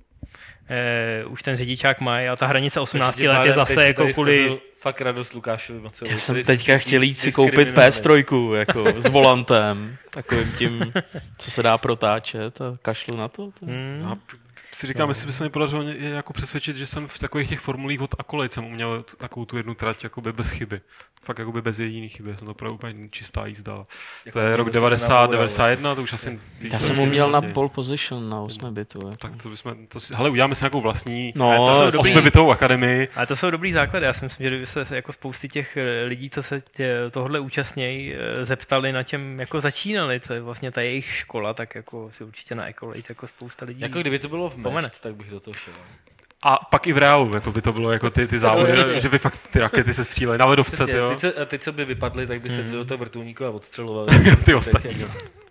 eh, už ten řidičák mají a ta hranice osmnácti let je zase jako kvůli... Fakt radost Lukášovi. Já jsem teďka chtěl jít si koupit P S tři jako s volantem, takovým tím, co se dá protáčet a kašlu na to. to. Hmm. Si říkám, no. jestli by se mi podařilo jako přesvědčit, že jsem v takových těch formulích od Accolade jsem uměl t- takovou tu jednu trať jakoby bez chyby. Fakt jakoby bez jediný chyby. Jsem to opravdu úplně čistá jízda. Jako to je rok devadesát, devadesát jedna, to už asi... Já jsem uměl na pole position na osmi bitu. Jako. Tak to bychom... To si, hele, uděláme si nějakou vlastní no, osmibitovou akademii. Ale to jsou dobrý základy. Já si myslím, že kdyby se jako spousty těch lidí, co se tě, tohle účastnějí, zeptali, na čem jako začínali, to je vlastně ta jejich škola, tak jako si určitě na Accolade jako spousta lidí... Jako kdyby to bylo v Mešt, tak bych do toho šel. A pak i v reálu, jako by to bylo jako ty, ty závody, že by fakt ty rakety se střílely na ledovce. Ty, ty, co, ty, co by vypadly, tak by se hmm. do toho vrtulníku a odstřelovali. Ty ostatní.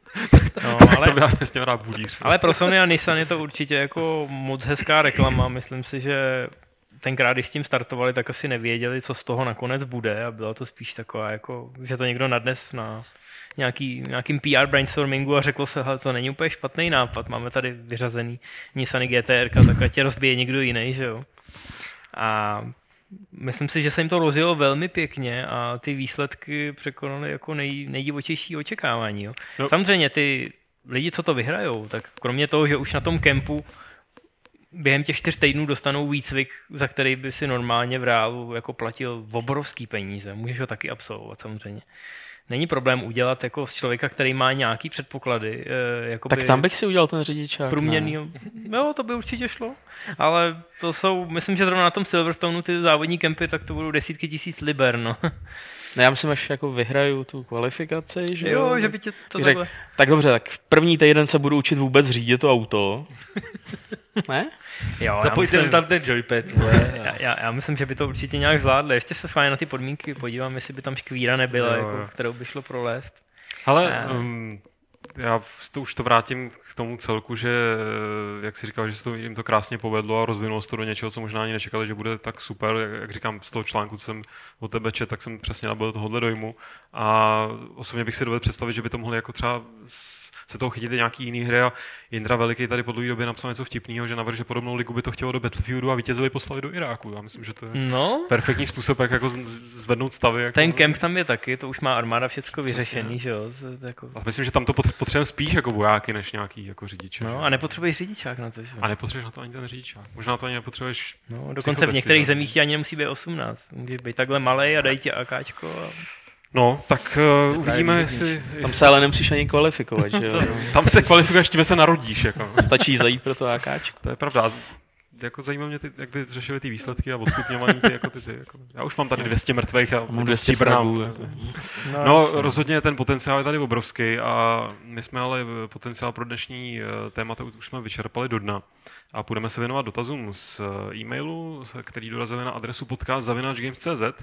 No, ale, to by já s tím rád budíš. Ale pro Sony a Nissan je to určitě jako moc hezká reklama. Myslím si, že tenkrát, když s tím startovali, tak asi nevěděli, co z toho nakonec bude a byla to spíš taková, jako, že to někdo nadnes na nějaký, nějakým P R brainstormingu a řeklo se, hele, to není úplně špatný nápad, máme tady vyřazený Nissany G T R, tak ať tě rozbije někdo jiný, že jo. A myslím si, že se jim to rozjelo velmi pěkně a ty výsledky překonaly jako nej, nejdivočejší očekávání. Jo. No. Samozřejmě ty lidi, co to vyhrajou, tak kromě toho, že už na tom kempu během těch čtyř týdnů dostanou výcvik, za který by si normálně v reálu jako platil obrovský peníze. Můžeš ho taky absolvovat samozřejmě. Není problém udělat jako z člověka, který má nějaký předpoklady. Jakoby tak tam bych si udělal ten řidičák. Průměrný. Jo, to by určitě šlo. Ale to jsou, myslím, že zrovna na tom Silverstoneu ty závodní kempy, tak to budou desítky tisíc liber, no. No já myslím, až jako vyhraju tu kvalifikaci, že jo, jo že by tě to řek, tak dobře, tak v první týden se budu učit vůbec řídit to auto. Ne? Jo, zapojte myslím, tam ten joypad. já, já, já myslím, že by to určitě nějak zvládli. Ještě se schválně na ty podmínky podívám, jestli by tam škvíra nebyla, jo, jako, kterou by šlo prolézt. Ale um, já to už to vrátím k tomu celku, že jak si říkal, že se to, jim to krásně povedlo a rozvinulo se to do něčeho, co možná ani nečekali, že bude tak super. Jak, jak říkám, z toho článku, co jsem od tebe čet, tak jsem přesně nabil tohohle dojmu. A osobně bych si dovedl představit, že by to mohli jako třeba se toho chytit nějaký jiný hry a Jindra Veliký tady po dlouhé době napsal něco vtipného, že navrhl, že podobnou ligu by to chtělo do Battlefieldu a vítězovi poslali do Iráku. Já myslím, že to je no. perfektní způsob, jak jako zvednout stavy. Jako... Ten kemp tam je taky, to už má armáda všecko vyřešený, že jo? Jako... A myslím, že tam to potřebujeme spíš jako vojáky, než nějaký jako řidiče. No a nepotřebuješ řidičák na to, že? A nepotřebuješ na to ani ten řidičák. Možná to ani nepotřebuješ. No, dokonce v některých ne? zemích ti ani nemusí být osmnáct. Můžeš být takhle malej a dají ti AKčko a... No, tak uh, uvidíme, jestli... Tam se ale nemusíš ani kvalifikovat, že jo? Tam se kvalifikuješ, tím se narodíš, jako. Stačí zajít pro to AKčko. To je pravda. Jako zajímá mě, ty, jak by řešili ty výsledky a odstupňování ty, jako ty, ty jako... Já už mám tady dvě stě mrtvých a mám dvě stě fragů. No, no rozhodně ten potenciál je tady obrovský a my jsme ale potenciál pro dnešní témata už jsme vyčerpali do dna. A půjdeme se věnovat dotazům z e-mailu, který dorazili na adresu podcast zavináč games tečka cé zet.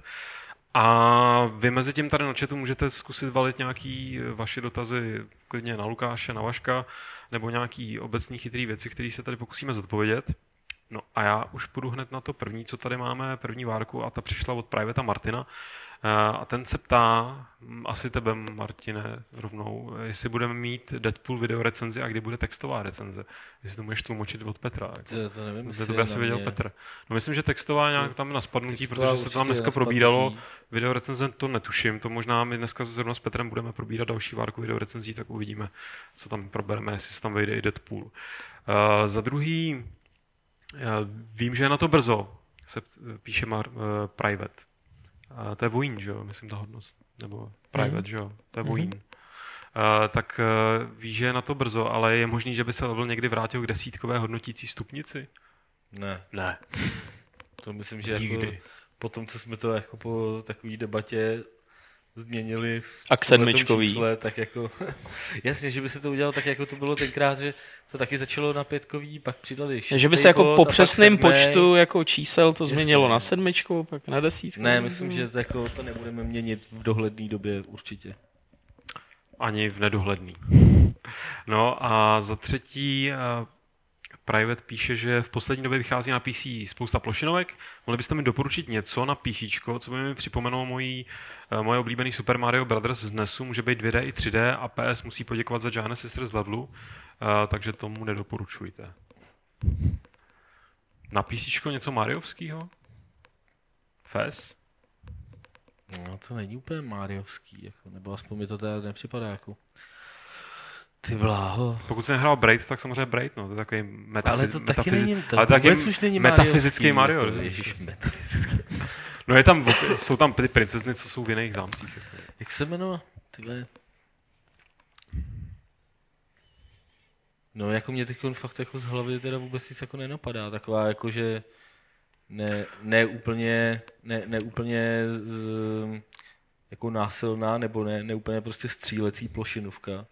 A vy mezi tím tady na chatu můžete zkusit valit nějaký vaše dotazy klidně na Lukáše, na Vaška, nebo nějaký obecný chytrý věci, které se tady pokusíme zodpovědět. No a já už půjdu hned na to první, co tady máme, první várku, a ta přišla od Privata Martina. A ten se ptá, asi tebe, Martine, rovnou, jestli budeme mít Deadpool video recenzi a kdy bude textová recenze. Jestli to můžeš tlumočit od Petra. Jako. To, to nevím, to by asi věděl Petr. No myslím, že textová nějak tam na spadnutí, protože se to tam dneska probíralo. Video recenze to netuším, to možná my dneska zrovna s Petrem budeme probírat další várku video recenzí, tak uvidíme, co tam probereme, jestli se tam vejde i Deadpool. Uh, za druhý, já vím, že je na to brzo, se píše Mar, uh, Private. uh, to je vojín, že jo, myslím ta hodnost, nebo private, mm. že jo, to je vojín. Mm-hmm. Uh, tak uh, víš, že je na to brzo, ale je možný, že by se level někdy vrátil k desítkové hodnotící stupnici? Ne. Ne. To myslím, že jako po tom, co jsme to jako po takové debatě změnili a k sedmičkový. Čísle, tak jako, jasně, že by se to udělalo tak, jako to bylo tenkrát, že to taky začalo na pětkový, pak přidali šestý že by se jako po přesném počtu jako čísel to jasně. změnilo na sedmičku, pak na desítku. Ne, myslím, že to, jako, to nebudeme měnit v dohledné době určitě. Ani v nedohledný. No a za třetí uh, Private píše, že v poslední době vychází na P C spousta plošinovek. Mohli byste mi doporučit něco na PCčko, co by mi připomenulo mojí, uh, moje oblíbený Super Mario Brothers z N E S u, může být dva D i tři D a P S musí poděkovat za Giant Sisters levelu, uh, takže tomu nedoporučujte. Na PCčko něco Mariovskýho? F E S? No to není úplně Mariovský, jako, nebo aspoň mi to teda nepřipadá jako. Ty bláho. Pokud jsem nehrál Braid, tak samozřejmě Braid, no, to je takový metafiz- ale to taky metafiz- není, to ale taky už není metafyzický Mario. Jako, ježiš, metafyzický. No je tam, jsou tam ty princezny, co jsou v jiných zámcích. Jako. Jak se jmenuje? Tyhle. No jako mě teď fakt jako z hlavy teda vůbec nic jako nenapadá, taková jako, že ne, ne úplně, ne, ne úplně z, jako násilná, nebo ne, ne úplně prostě střílecí plošinovka.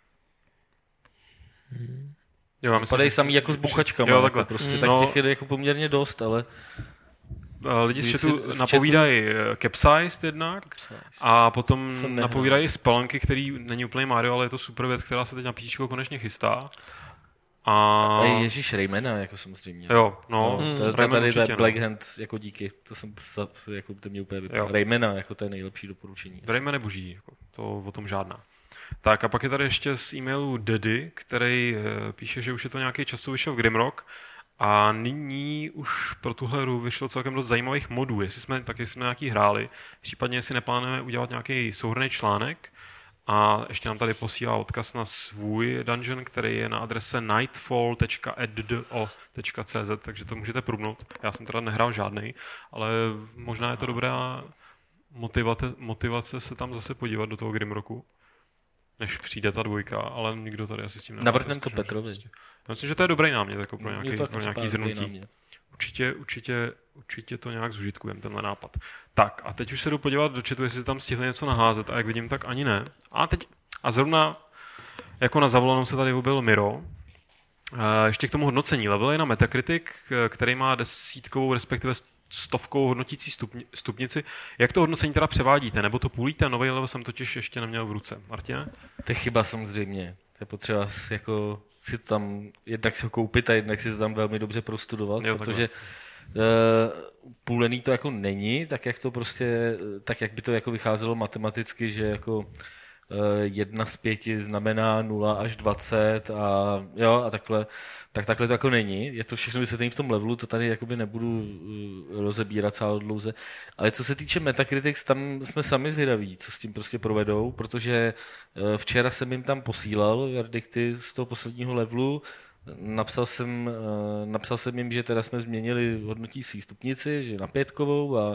Hmm. Jo, myslím, padají že samý jako s buchačkama, jo, jako prostě, mm. tak no, těch je jako poměrně dost, ale... Lidi z chatu napovídají Capsized jednak a potom napovídají Spelunky, který není úplně Mario, ale je to super věc, která se teď na píčko konečně chystá. A... a ježíš Raymana, jako samozřejmě. Jo, no. no to, to tady je Black Hand, jako díky, to jsem, jako to mě úplně vypadá. Raymana, jako to je nejlepší doporučení. Rayman je boží, jako, to o tom žádná. Tak a pak je tady ještě z e-mailu Daddy, který e, píše, že už je to nějaký čas, co vyšel v Grimrock a nyní už pro tuhle hru vyšlo celkem dost zajímavých modů, jestli jsme, tak jestli jsme nějaký hráli, případně jestli neplánujeme udělat nějaký souhrnný článek a ještě nám tady posílá odkaz na svůj dungeon, který je na adrese nightfall tečka eddo tečka cz, takže to můžete průbnout. Já jsem teda nehrál žádnej, ale možná je to dobrá motivace, motivace se tam zase podívat do toho Grimrocku, než přijde ta dvojka, ale nikdo tady asi s tím nemá. Navrhnem to Petrovi. Já myslím, že to je dobrý námět jako pro nějaký, pro nějaký zhrnutí. Určitě, určitě, určitě to nějak zužitkujeme, tenhle nápad. Tak a teď už se jdu podívat do chatu, jestli se tam stihli něco naházet a jak vidím, tak ani ne. A teď, a zrovna jako na zavolanou se tady objevil Miro. Ještě k tomu hodnocení. Level je na Metacritic, který má desítkovou, respektive stovkou hodnotící stupni, stupnici. Jak to hodnocení teda převádíte? Nebo to půlíte? Nový level jsem totiž ještě neměl v ruce. Martine? To je chyba samozřejmě. To je potřeba jako si to tam jednak si ho koupit a jednak si to tam velmi dobře prostudovat, jo, protože uh, půlený to jako není, tak jak to prostě, tak jak by to jako vycházelo matematicky, že jako uh, jedna z pěti znamená nula až dvacet a jo a takhle. Tak takhle to jako není. Je to všechno vysvětlené v tom levelu, to tady jakoby nebudu uh, rozebírat celou dlouze. Ale co se týče Metacritics, tam jsme sami zvědaví, co s tím prostě provedou, protože uh, včera jsem jim tam posílal verdikty z toho posledního levelu. Napsal jsem, uh, napsal jsem jim, že teda jsme změnili hodnotící stupnici, že na pětkovou a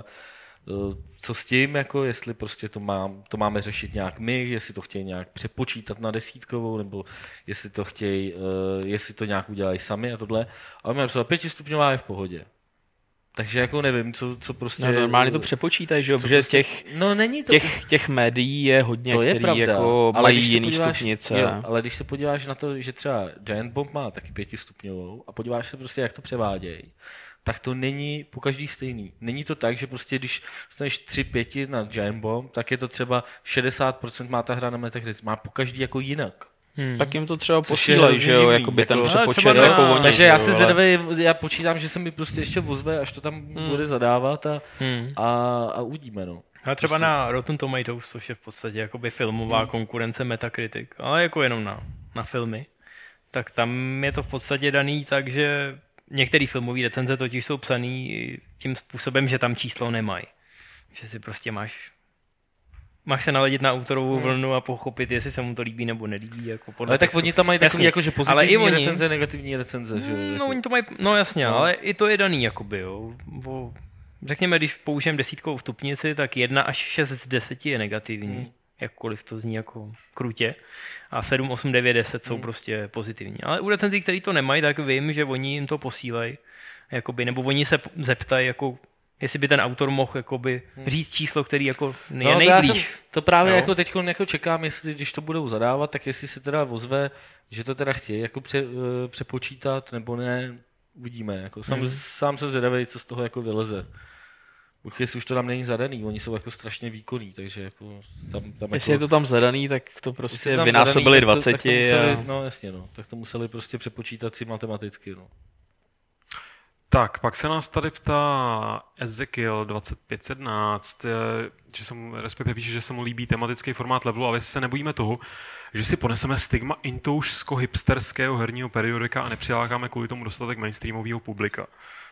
co s tím, jako jestli prostě to, má, to máme řešit nějak my, jestli to chtějí nějak přepočítat na desítkovou, nebo jestli to chtějí, uh, jestli to nějak udělají sami a tohle. Ale mi napsal, pětistupňová je v pohodě. Takže jako nevím, co, co prostě... No, normálně to přepočítají, že jo, protože prostě, těch, no, není to... těch, těch médií je hodně, to je který pravda, jako mají jiný podíváš, stupnice. Jo, ale když se podíváš na to, že třeba Giant Bomb má taky pětistupňovou a podíváš se prostě, jak to převádějí, tak to není po každý stejný. Není to tak, že prostě když dostaneš tři pěti na Giant Bomb, tak je to třeba šedesát procent má ta hra na Metacritic, má po každý jako jinak. Hmm. Tak jim to třeba posílají, že jo, jako by ten jako, přepočet jako oni. Takže já si zvědavý, já počítám, že se mi prostě ještě ozve, až to tam hmm. bude zadávat a, hmm. a, a uvidíme, no. A třeba prostě na Rotten Tomatoes, což je v podstatě jakoby filmová hmm. konkurence Metacritic, ale jako jenom na, na filmy, tak tam je to v podstatě daný tak, že některé filmové recenze totiž jsou psaný tím způsobem, že tam číslo nemají. Že si prostě máš máš se naladit na autorovou hmm. vlnu a pochopit, jestli se mu to líbí nebo nelíbí. Jako podle ale tak textu. Oni tam mají takový jako, že pozitivní oni, recenze, negativní recenze. Že? No jako. oni to mají, no jasně, no. Ale i to je daný jakoby, jo. Bo řekněme, když použijem desítkovou stupnici, tak jedna až šest z deseti je negativní. Hmm. Jakkoliv to zní jako krutě. A sedm, osm, devět, deset jsou hmm. prostě pozitivní. Ale u recenzí, který to nemají, tak vím, že oni jim to posílají. Jakoby, nebo oni se zeptají, jako, jestli by ten autor mohl jakoby, říct číslo, který jako je no, nejblíž. To, jsem, to právě jako teď jako čekám, jestli když to budou zadávat, tak jestli se teda ozve, že to teda chtějí jako pře, přepočítat, nebo ne, uvidíme. Jako. Sám, hmm. sám jsem zvědavý, co z toho jako vyleze. Uch, jestli už to tam není zadaný, oni jsou jako strašně výkonní, takže jako tam, tam jestli jako, je to tam zadaný, tak to prostě vynásobili dvacet. Tak to, tak to museli, a... No jasně, no, tak to museli prostě přepočítat si matematicky, no. Tak, pak se nás tady ptá Ezekiel dvacet pět sedmnáct, že se mu, respektive píše, že se mu líbí tematický formát levelu, ale jestli se nebojíme toho, že si poneseme stigma intoušsko-hipsterského herního periodika a nepřilákáme kvůli tomu dostatek mainstreamového publika.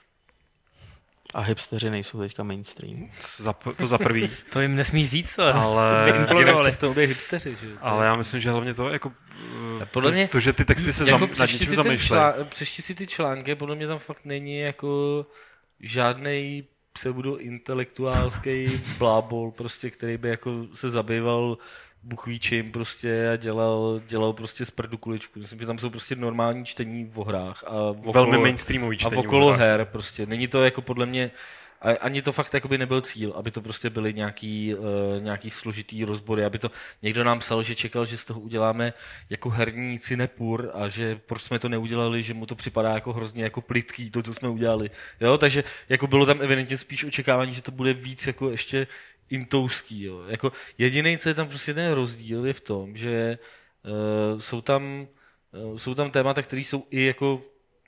A hipsteři nejsou teďka mainstream. Za, to za prvý. To jim nesmí říct, ale... Ale, hipsteři, že? Ale já myslím, že hlavně to jako... Podle mě, to, to, že ty texty se jako zam, nad něčím zamýšlejí. Přečti si ty články, podle mě tam fakt není jako žádnej pseudo-intelektuálský blábol, prostě, který by jako se zabýval buchvíčím prostě a dělal, dělal prostě z prdu kuličku. Myslím, že tam jsou prostě normální čtení v hrách a okolo, velmi mainstreamový čtení a okolo her prostě. Není to jako podle mě, ani to fakt jakoby nebyl cíl, aby to prostě byly nějaký, uh, nějaký složitý rozbory, aby to někdo nám psal, že čekal, že z toho uděláme jako herní cinepur a že proč jsme to neudělali, že mu to připadá jako hrozně jako plytký, to, co jsme udělali. Jo? Takže jako bylo tam evidentně spíš očekávání, že to bude víc jako ještě intouský. Jo. Jako jediný, co je tam prostě ten rozdíl, je v tom, že uh, jsou tam, uh, jsou tam témata, které jsou i jako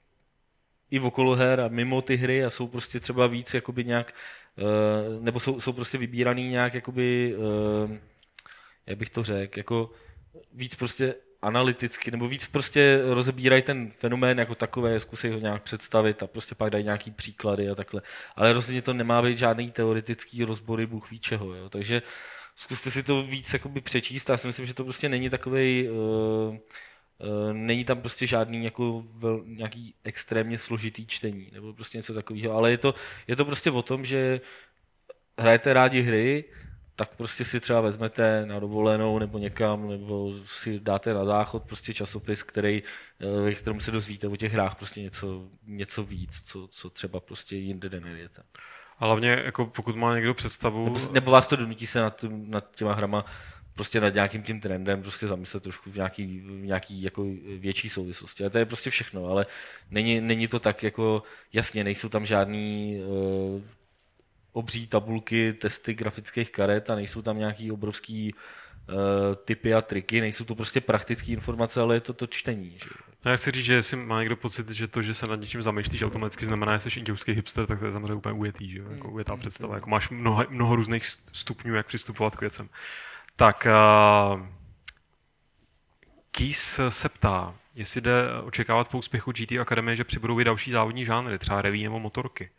i okolo her a mimo ty hry a jsou prostě třeba víc jakoby nějak, uh, nebo jsou, jsou prostě vybíraný nějak jakoby, uh, jak bych to řekl, jako víc prostě analyticky, nebo víc prostě rozebírají ten fenomén jako takové, zkusí ho nějak představit a prostě pak dají nějaký příklady a takhle. Ale rozhodně to nemá být žádný teoretický rozbory, bůh ví čeho, jo. Takže zkuste si to víc jakoby přečíst. Já si myslím, že to prostě není takovej, uh, uh, není tam prostě žádný jako vel, nějaký extrémně složitý čtení, nebo prostě něco takového. Ale je to, je to prostě o tom, že hrajete rádi hry, tak prostě si třeba vezmete na dovolenou nebo někam, nebo si dáte na záchod prostě časopis, který, ve kterém se dozvíte o těch hrách prostě něco, něco víc, co, co třeba prostě jinde nenajdete. A hlavně, jako pokud má někdo představu... Nebo, nebo vás to donutí se nad, nad těma hrama prostě nad nějakým tím trendem prostě zamyslet trošku v nějaký, v nějaký jako větší souvislosti. A to je prostě všechno, ale není, není to tak jako, jasně, nejsou tam žádný... Uh, obří tabulky, testy grafických karet a nejsou tam nějaký obrovský uh, tipy a triky, nejsou to prostě praktické informace, ale je to to čtení. Že? No, já chci říct, že jestli má někdo pocit, že to, že se nad něčím zamýšlíš, automaticky znamená, že jsi indouský hipster, tak to je samozřejmě úplně ujetý, že? Jako ujetá představa. Jako máš mnoho, mnoho různých stupňů, jak přistupovat k věcem. Tak uh, Keys se ptá, jestli jde očekávat po úspěchu G T Academy, že přibudou i další závodní žánry, třeba reví nebo motorky.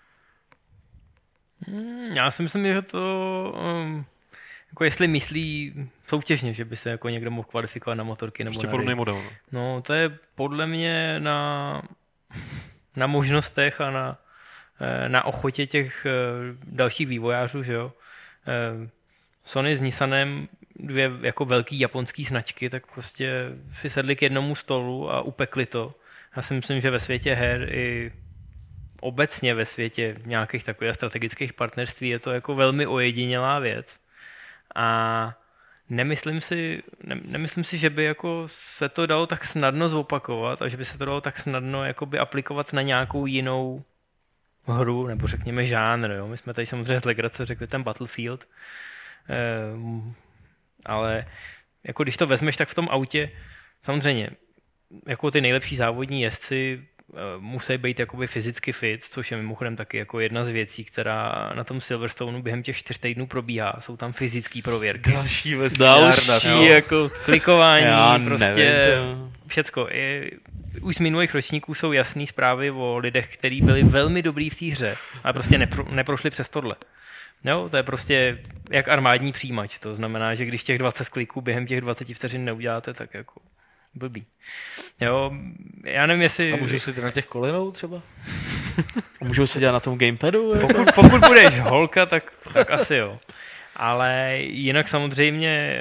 Hmm, já si myslím, že to, um, jako jestli myslí soutěžně, že by se jako někdo mohl kvalifikovat na motorky nebo prostě na podobný model. No. no, to je podle mě na, na možnostech a na, na ochotě těch dalších vývojářů, že jo. Sony s Nissanem, dvě jako velký japonský značky, tak prostě si sedli k jednomu stolu a upekli to. Já si myslím, že ve světě her i obecně ve světě nějakých takových strategických partnerství je to jako velmi ojedinělá věc. A nemyslím si, ne, nemyslím si, že by jako se to dalo tak snadno zopakovat a že by se to dalo tak snadno jakoby aplikovat na nějakou jinou hru, nebo řekněme žánr. Jo? My jsme tady samozřejmě z legrace řekli ten Battlefield, ehm, ale jako když to vezmeš, tak v tom autě samozřejmě jako ty nejlepší závodní jezdci musí být jakoby fyzicky fit, což je mimochodem taky jako jedna z věcí, která na tom Silverstoneu během těch čtyř týdnů probíhá. Jsou tam fyzické prověrky. Další Další jako klikování, já prostě nevím, všecko. I, už z minulých ročníků jsou jasné zprávy o lidech, kteří byli velmi dobrý v té hře, ale prostě nepro, neprošli přes tohle. Jo, to je prostě jak armádní přijímač. To znamená, že když těch dvacet kliků během těch dvacet vteřin neuděláte, tak jako blbý. Jo, já nevím, jestli... A můžeš si na těch kolenou třeba? Můžou se dělat na tom gamepadu? Pokud, pokud budeš holka, tak, tak asi jo. Ale jinak samozřejmě,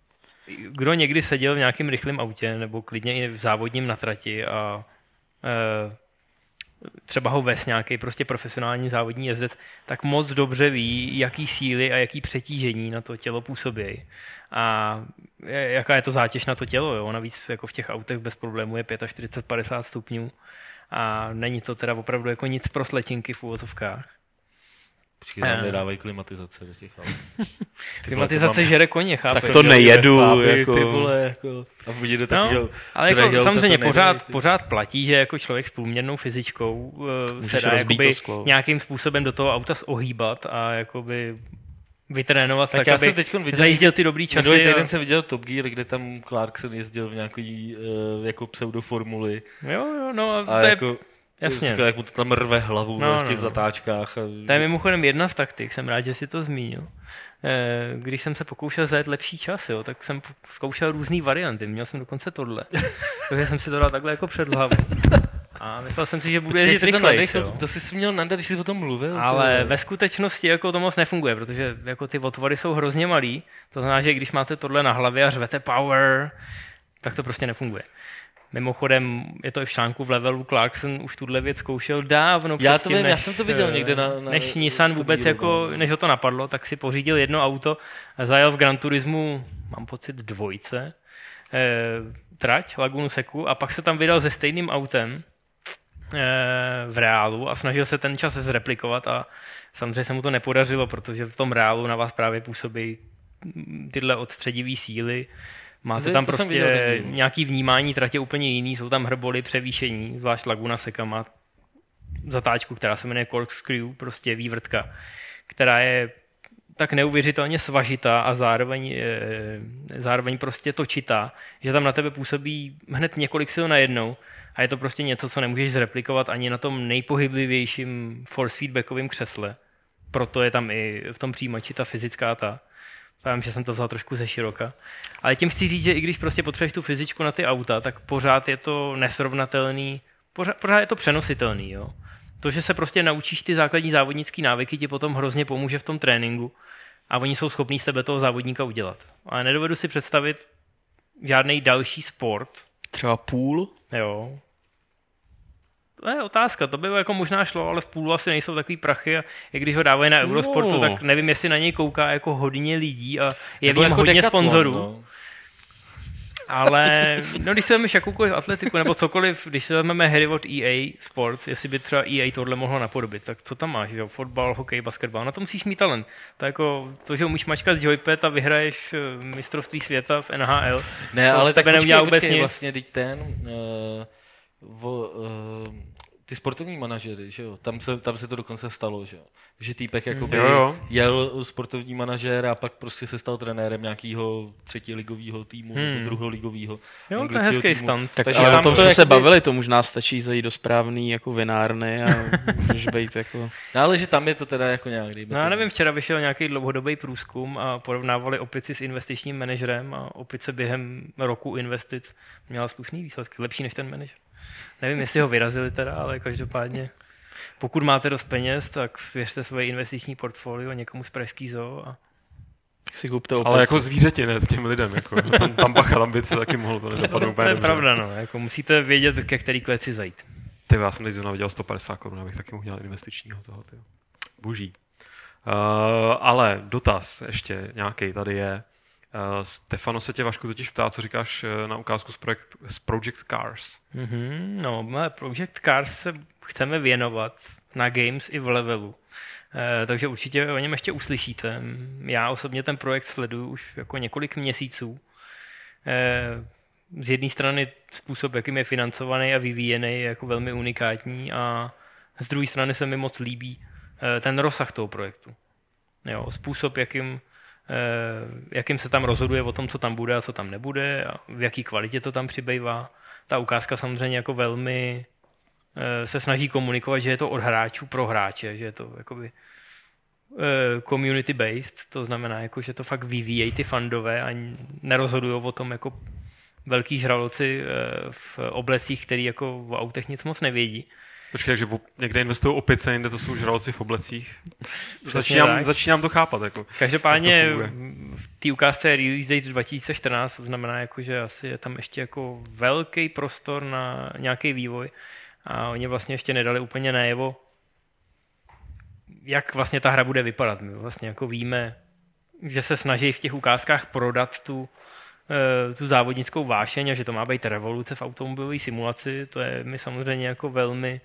kdo někdy seděl v nějakém rychlém autě, nebo klidně i v závodním na trati a e, třeba ho ves nějaký prostě profesionální závodní jezdec, tak moc dobře ví, jaký síly a jaký přetížení na to tělo působí. A jaká je to zátěž na to tělo. Jo? Navíc jako v těch autech bez problémů je čtyřicet pět padesát stupňů. A není to teda opravdu jako nic pro sletinky v úvozovkách. Počkej, nám nedávají klimatizace do těch aut. Klimatizace žere koně, chápeš? Tak to nejedu. Fáby, jako... Ty vole, jako... A vidí do takového... No, ale jako samozřejmě pořád, pořád platí, že jako člověk s průměrnou fyzičkou uh, se dá jakoby nějakým způsobem do toho auta ohýbat a jakoby vytrénovat tak, tak aby viděl, zajížděl ty dobrý časy. Minulý týden a... jsem viděl Top Gear, kde tam Clarkson jezdil v nějaký uh, jako pseudoformuli. Jo, jo, no a, a to je... jako, jasně. Jak mu to tam rve hlavu no, v těch no, zatáčkách. A... To je mimochodem jedna z taktik, jsem rád, že si to zmínil. Když jsem se pokoušel zajet lepší čas, jo, tak jsem zkoušel různý varianty. Měl jsem dokonce tohle. Takže jsem si to dal takhle jako před hlavu. A myslel jsem si, že budu jezdit rychleji. To jsi měl nandat, když jsi o tom mluvil. Ale ve skutečnosti jako to moc nefunguje, protože jako ty otvory jsou hrozně malý. To znamená, že když máte tohle na hlavě a řvete power, tak to prostě nefunguje. Mimochodem, je to i v článku v levelu, Clarkson už tuhle věc zkoušel dávno já předtím, to vím, než, já jsem to viděl někde na, na než Nissan vůbec jako, než ho to napadlo, tak si pořídil jedno auto, zajel v Gran Turismu, mám pocit dvojce, eh, trať, Lagunu Seku, a pak se tam vydal se stejným autem eh, v reálu a snažil se ten čas zreplikovat a samozřejmě se mu to nepodařilo, protože v tom reálu na vás právě působí tyhle odstředivý síly. Máte tam to prostě nějaký vnímání tratě úplně jiný, jsou tam hrboly, převýšení, zvlášť Laguna Seca má zatáčku, která se jmenuje corkscrew, prostě vývrtka, která je tak neuvěřitelně svažitá a zároveň, e, zároveň prostě točitá, že tam na tebe působí hned několik sil najednou a je to prostě něco, co nemůžeš zreplikovat ani na tom nejpohyblivějším force feedbackovém křesle. Proto je tam i v tom přijímači ta fyzická ta. Vím, že jsem to vzal trošku ze široka. Ale tím chci říct, že i když prostě potřebuješ tu fyzičku na ty auta, tak pořád je to nesrovnatelný, pořád, pořád je to přenositelný. Jo? To, že se prostě naučíš ty základní závodnické návyky, ti potom hrozně pomůže v tom tréninku a oni jsou schopní z tebe toho závodníka udělat. Ale nedovedu si představit žádný další sport. Třeba půl? Jo. To je otázka, to by jako možná šlo, ale v půlu asi nejsou takový prachy a i když ho dávají na Eurosportu, no. Tak nevím, jestli na něj kouká jako hodně lidí a je v něm jako hodně Decathlon, sponzorů. No. Ale no, když si vezmeš jakoukoliv atletiku nebo cokoliv, když si vezmeme hry od E A Sports, jestli by třeba E A tohle mohlo napodobit, tak co tam máš, jo? Fotbal, hokej, basketbal, na to musíš mít talent. To jako to, že umíš mačkat joypad a vyhraješ mistrovství světa v N H L. Ne, ale tak počkej, vůbec počkej, nic. Vlastně teď ten... Uh... Vo, uh, ty sportovní manažery, že jo, tam se, tam se to dokonce stalo, že jo, že týpek jakoby jo, jo. jel sportovní manažer a pak prostě se stal trenérem nějakého třetiligového týmu hmm. nebo druholigového. Jo, to je hezký stand. Tak takže ale o tom jsme se jakoby... bavili, to možná stačí zajít do správný jako vinárny a můžeš být jako... No ale že tam je to teda jako nějak... No já nevím, včera vyšel nějaký dlouhodobý průzkum a porovnávali Opici s investičním manažerem a Opice během roku investic měla slušný výsledky, lepší než ten manažer. Nevím, jestli ho vyrazili teda, ale každopádně pokud máte dost peněz, tak věřte svoje investiční portfolio někomu z Pražský zoo a si kupte Opici. Ale jako zvířeti, ne těm lidem. Jako. Tam, tam bacha, tam by se taky mohlo to nedopadnout. To je pravda, no. Jako musíte vědět, ke který kleci zajít. Ty, já jsem teď zrovna viděl sto padesát korun, abych taky mohl dělat investičního toho. Tyjo. Boží. Uh, ale dotaz ještě nějaký tady je. Uh, Stefano se tě, Vašku, totiž ptá, co říkáš na ukázku z, projekt, z Project Cars. Mm-hmm, no, Project Cars se chceme věnovat na Games i v levelu. Uh, takže určitě o něm ještě uslyšíte. Já osobně ten projekt sleduju už jako několik měsíců. Uh, z jedné strany způsob, jakým je financovaný a vyvíjený, je jako velmi unikátní a z druhé strany se mi moc líbí uh, ten rozsah toho projektu. Jo, způsob, jakým jakým se tam rozhoduje o tom, co tam bude a co tam nebude a v jaký kvalitě to tam přibývá. Ta ukázka samozřejmě jako velmi se snaží komunikovat, že je to od hráčů pro hráče, že je to jakoby community based, to znamená, jako, že to fakt vyvíjejí ty fandové a nerozhodují o tom jako velký žraloci v oblecích, který jako v autech nic moc nevědí. Počkej, že někde investují opice, jinde to jsou žraloci v oblecích. Začínám, začínám to chápat. Jako, každopádně v té ukázce je release date dva tisíce čtrnáct, to znamená, jako, že asi je tam ještě jako velký prostor na nějaký vývoj a oni vlastně ještě nedali úplně najevo, jak vlastně ta hra bude vypadat. My vlastně jako víme, že se snaží v těch ukázkách prodat tu, tu závodnickou vášeň a že to má být revoluce v automobilové simulaci. To je mi samozřejmě jako velmi,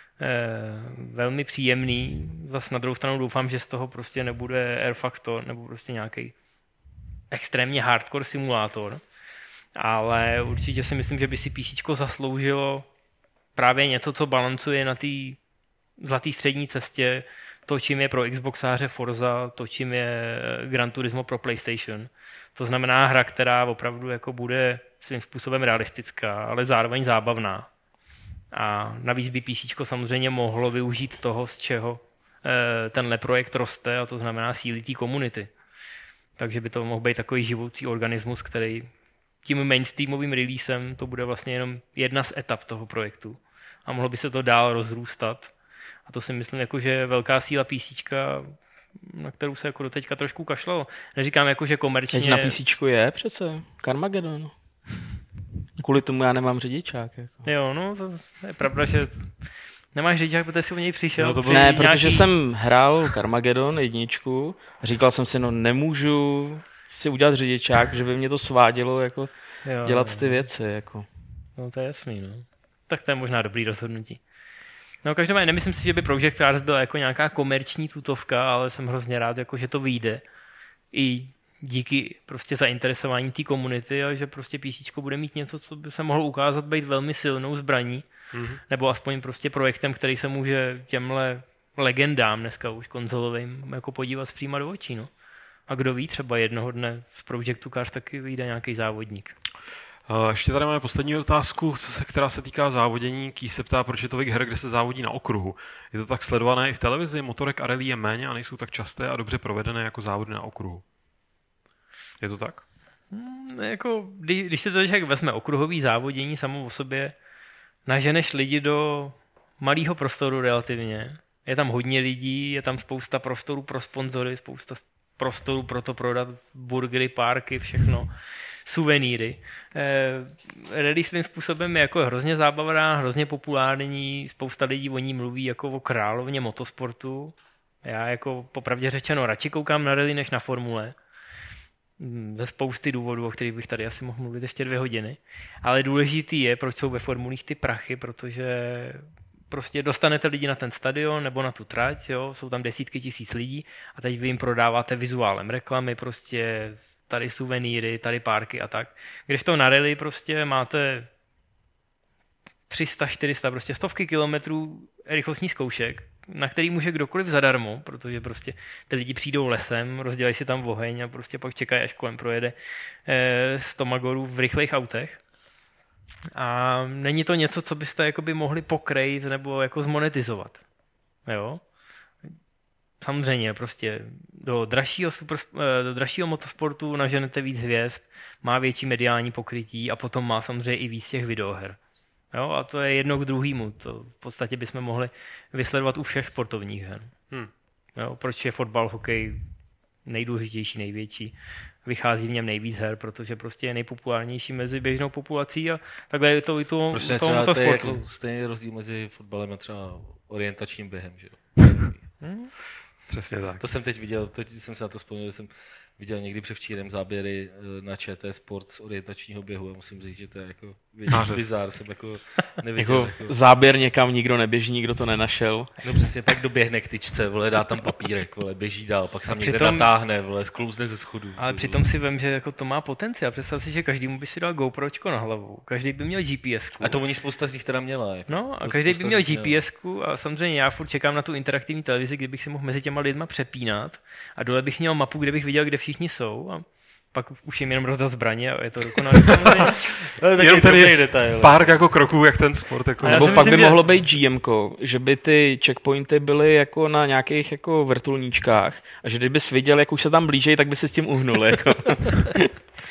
velmi příjemný. Zase na druhou stranu doufám, že z toho prostě nebude R Factor nebo prostě nějaký extrémně hardcore simulátor. Ale určitě si myslím, že by si PCčko zasloužilo právě něco, co balancuje na té zlaté střední cestě, to, čím je pro Xboxáře Forza, to, čím je Gran Turismo pro PlayStation. To znamená hra, která opravdu jako bude svým způsobem realistická, ale zároveň zábavná. A navíc by PCčko samozřejmě mohlo využít toho, z čeho tenhle projekt roste, a to znamená síly té komunity. Takže by to mohl být takový živoucí organismus, který tím mainstreamovým releasem to bude vlastně jenom jedna z etap toho projektu. A mohlo by se to dál rozrůstat. A to si myslím, jako, že je velká síla PCčka, na kterou se jako doteďka trošku kašlalo. Neříkám, jako, že komerčně... Teď na PCčku je přece Carmageddon. Kvůli tomu já nemám řidičák. Jako. Jo, no, to je pravda, že nemáš řidičák, protože jsi u něj přišel. No to bylo... Ne, nějaký... protože jsem hrál Carmageddon jedničku a říkal jsem si, no nemůžu si udělat řidičák, že by mě to svádělo jako jo, dělat ty věci. Jako. No to je jasný, no. Tak to je možná dobrý rozhodnutí. No každopádně nemyslím si, že by Project Cars byla jako nějaká komerční tutovka, ale jsem hrozně rád, jako, že to vyjde. I díky prostě zainteresování té komunity a že prostě PCčko bude mít něco, co by se mohlo ukázat být velmi silnou zbraní, mm-hmm. nebo aspoň prostě projektem, který se může těmhle legendám dneska už konzolovým jako podívat zpříma do očí. No. A kdo ví, třeba jednoho dne z Projectu Cars taky vyjde nějaký závodník. Ještě tady máme poslední otázku, která se týká závodění. Ký se ptá, proč je tolik her, kde se závodí na okruhu. Je to tak sledované i v televizi? Motorek a rally je méně a nejsou tak časté a dobře provedené jako závody na okruhu. Je to tak? Hmm, jako, když, když se to člověk vezme okruhový závodění samo o sobě, naženeš lidi do malého prostoru relativně. Je tam hodně lidí, je tam spousta prostoru pro sponzory, spousta prostoru pro to prodat burgery, párky, všechno. Suvenýry. Eh, rally svým způsobem je jako hrozně zábavná, hrozně populární, spousta lidí o ní mluví jako o královně motosportu. Já jako popravdě řečeno radši koukám na rally než na formule. Ze spousty důvodů, o kterých bych tady asi mohl mluvit ještě dvě hodiny. Ale důležitý je, proč jsou ve formulích ty prachy, protože prostě dostanete lidi na ten stadion nebo na tu trať, jo? Jsou tam desítky tisíc lidí a teď vy jim prodáváte vizuálem reklamy, prostě tady suvenýry, tady párky a tak. Když to na rally prostě máte tři sta, čtyři sta, prostě stovky kilometrů rychlostní zkoušek, na který může kdokoliv zadarmo, protože prostě ty lidi přijdou lesem, rozdělají si tam oheň a prostě pak čekají, až kolem projede eh, sto magorů v rychlých autech. A není to něco, co byste jakoby mohli pokrejt nebo jako zmonetizovat. Jo? Samozřejmě, prostě do dražšího, super, do dražšího motosportu naženete víc hvězd, má větší mediální pokrytí a potom má samozřejmě i víc těch videoher. Jo, a to je jedno k druhému. To v podstatě bychom mohli vysledovat u všech sportovních her. Hmm. Jo, proč je fotbal, hokej nejdůležitější, největší. Vychází v něm nejvíc her, protože prostě je nejpopulárnější mezi běžnou populací a takhle je to i to, prostě to, to sportu. Jako stejný rozdíl mezi fotbalem a třeba orientačním během, že jo? Hmm? Přesně tak. To jsem teď viděl, teď jsem se na to vzpomněl, jsem viděl někdy převčírem záběry na ČT Sport z orientačního běhu a musím říct, že to je jako bizár, jsem jako neviděl. Jako jako... Záběr někam nikdo neběží, nikdo to nenašel. No přesně, pak doběhne k tyčce, vole, dá tam papírek, vole, běží dál, pak se někde přitom... natáhne, vole, sklouzne ze schodů. Ale přitom si vem, že jako to má potenciál. Představ si, že každému by si dal GoPročko na hlavu, každý by měl GPSku. A to oni spousta z nich teda měla. Jako. No a každý by měl GPSku a samozřejmě já furt čekám na tu interaktivní televizi, kdybych si mohl mezi těma lidma přepínat a dole bych měl mapu, kde bych viděl, kde všichni jsou a pak už jim jenom rozdat zbraně a je to dokonalé. Jenom tady je detail, pár jako kroků, jak ten sport. Jako... Nebo pak by že... mohlo být G M ko, že by ty checkpointy byly jako na nějakých jako vrtulníčkách a že kdybys viděl, jak už se tam blíží, tak by se s tím uhnul. Jako.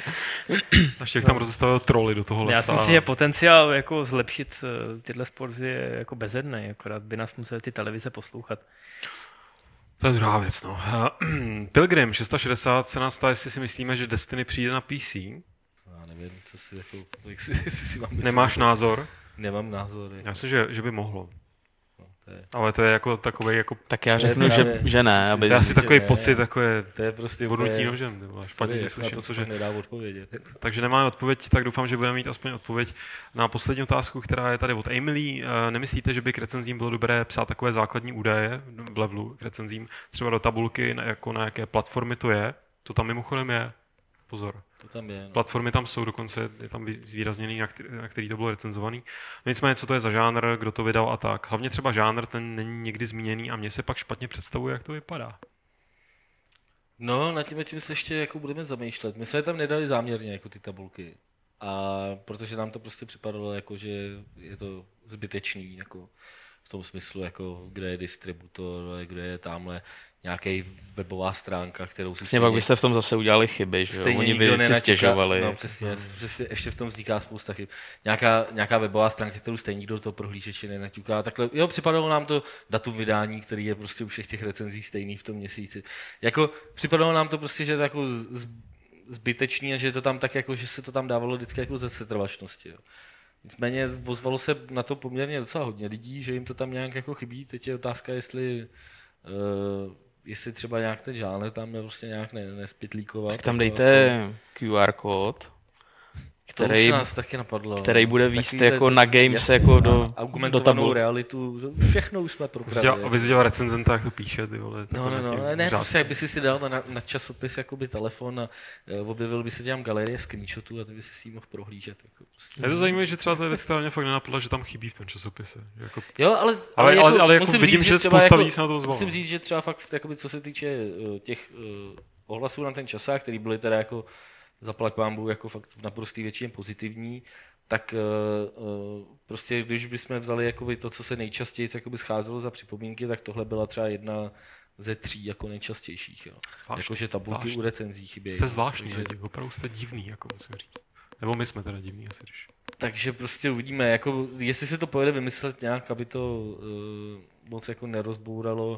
A Štěk tam rozestavil troly do toho lesa. Já si myslím, že potenciál jako zlepšit tyhle sporty je jako bezedný, akorát by nás museli ty televize poslouchat. To je druhá věc, no. Pilgrim šest šedesát se nás ptá, jestli si myslíme, že Destiny přijde na P C. Já nevím, co si jako... Jak si, si, si mám myslet. Nemáš názor? Nemám názor. Já myslím, že, že by mohlo. No, to je... Ale to je jako takovej jako... Tak já řeknu, že, že ne. Aby... To je asi takový ne, pocit, takové to je prostě bodnutí nožem. Špatně, že na to, co že... nedá odpovědět. Takže nemáme odpověď, tak doufám, že budeme mít aspoň odpověď na poslední otázku, která je tady od Emily. Nemyslíte, že by k recenzím bylo dobré psát takové základní údaje v levelu k recenzím, třeba do tabulky, jako na jaké platformy to je? To tam mimochodem je. Pozor. To tam je, no. Platformy tam jsou, dokonce je tam zvýrazněný, na který, na který to bylo recenzovaný. No nicméně, co to je za žánr, kdo to vydal a tak. Hlavně třeba žánr, ten není nikdy zmíněný a mně se pak špatně představuje, jak to vypadá. No, nad tím, tím se ještě jako budeme zamýšlet. My jsme tam nedali záměrně jako ty tabulky. A protože nám to prostě připadalo, jako, že je to zbytečný, jako v tom smyslu, jako kde je distributor, kde je tamhle nějaký webová stránka, kterou si Vlastně pak byste v tom zase udělali chyby, že jo? Oni by si stěžovali. No přesně, hmm. přesně, ještě v tom vzniká spousta chyb. Nějaká, nějaká webová stránka, kterou stejně nikdo do toho prohlížeče nenaťuká. Takhle, jo, připadalo nám to datum vydání, který je prostě u všech těch recenzích stejný v tom měsíci. Jako, připadalo nám to prostě, že je to jako z, zbytečný a že je to tam tak, jako, že se to tam dávalo vždycky jako ze setrvačnosti. Jo. Nicméně ozvalo se na to poměrně docela hodně lidí, že jim to tam nějak jako chybí. Teď je otázka, jestli uh, jestli třeba nějak ten žánr tam je prostě nějak nespětlíkovat. Tak tam dejte Q R kód, který, nás taky napadlo, který bude víc jako na games, jako do, do tabulu. realitu, všechno už jsme propravili. A vyzdělal recenzenta, jak to píše, ty vole. No, no, no, ne, prostě jak by si si dal na, na časopis jakoby telefon a uh, objevil by se tam galerie screenshotů a ty by si si mohl prohlížet. Jako prostě. Je to zajímavé, že třeba ta věc, která mě fakt nenapadla, že tam chybí v tom časopise. Jako... Jo, ale, ale, ale, jako, ale, ale jako musím vidím, říct, že třeba spousta jako, lidí se na to ozvalo. Musím říct, že třeba fakt, jakoby, co se týče uh, těch uh, ohlasů na ten časák, který byly teda jako zaplať pánbů jako fakt v naprostý většině pozitivní, tak uh, prostě když bychom vzali jakoby to, co se nejčastěji jakoby scházelo za připomínky, tak tohle byla třeba jedna ze tří jako nejčastějších. Jo. Jakože tabulky zvláštní. U recenzí chybějí. Jste zvláštní, takže... opravdu jste divný, jako musím říct. Nebo my jsme teda divný, asi když. Takže prostě uvidíme, jako, jestli se to povede vymyslet nějak, aby to uh, moc jako nerozbouralo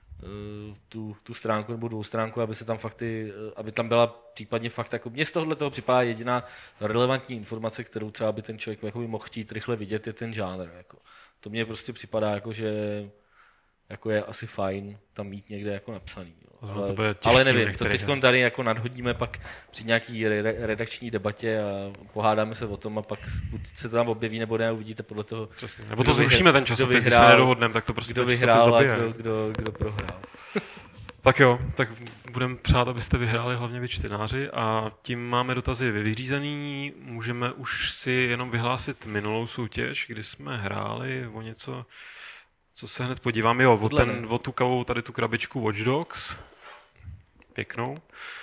Tu, tu stránku nebo dvou stránku, aby se tam fakty, aby tam byla případně fakt, jako mně z tohohle toho připadá jediná relevantní informace, kterou třeba by ten člověk jako by mohl chtít rychle vidět, je ten žánr. Jako. To mně prostě připadá, jako, že jako je asi fajn tam mít někde jako napsaný. Jo. Ale, ale nevím, to teď tady jako nadhodíme pak při nějaký re, redakční debatě a pohádáme se o tom a pak se to tam objeví nebo ne, uvidíte podle toho. Přesně. Nebo to zrušíme ten časopis, když se nedohodneme, tak to prostě kdo vyhrál a kdo, kdo, kdo prohrál. Tak jo, tak budeme přát, abyste vyhráli hlavně vy čtenáři a tím máme dotazy vyřízený. Můžeme už si jenom vyhlásit minulou soutěž, kdy jsme hráli o něco, co se hned podívám. Jo, o, ten, o tu kavou, tady tu krabičku Watch Dogs. Pěknou.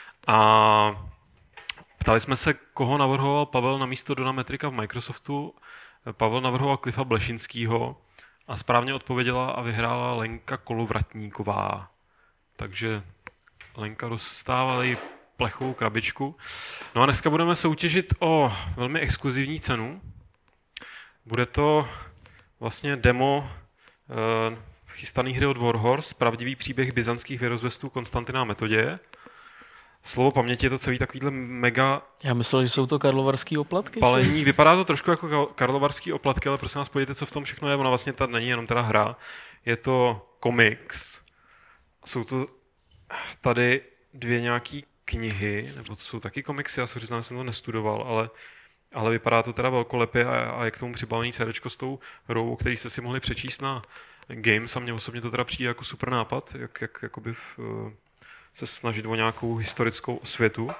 A ptali jsme se, koho navrhoval Pavel na místo Dona Metrika v Microsoftu. Pavel navrhoval Cliffa Blešinskýho a správně odpověděla a vyhrála Lenka Kolovratníková. Takže Lenka dostávala jí plechovou krabičku. No a dneska budeme soutěžit o velmi exkluzivní cenu. Bude to vlastně demo uh, chystaný hry od Warhorse, pravdivý příběh byzantských věrozvěstů Konstantina Metoděje. Slovo paměti je to celý takovýhle mega... Já myslel, že jsou to karlovarský oplatky. Palení. Či? Vypadá to trošku jako karlovarský oplatky, ale prosím vás, podívejte, co v tom všechno je. Ona vlastně tady není jenom teda hra. Je to komiks. Jsou to tady dvě nějaký knihy, nebo to jsou taky komiksy, já se přiznám, že jsem to nestudoval, ale, ale vypadá to teda velkolepě a, a je k tomu přibavený cédéčko s tou hrou, o který jste si mohli přečíst na Games a mně osobně to teda přijde jako super nápad, jak, jak jakoby v, se snažit o nějakou historickou osvětu.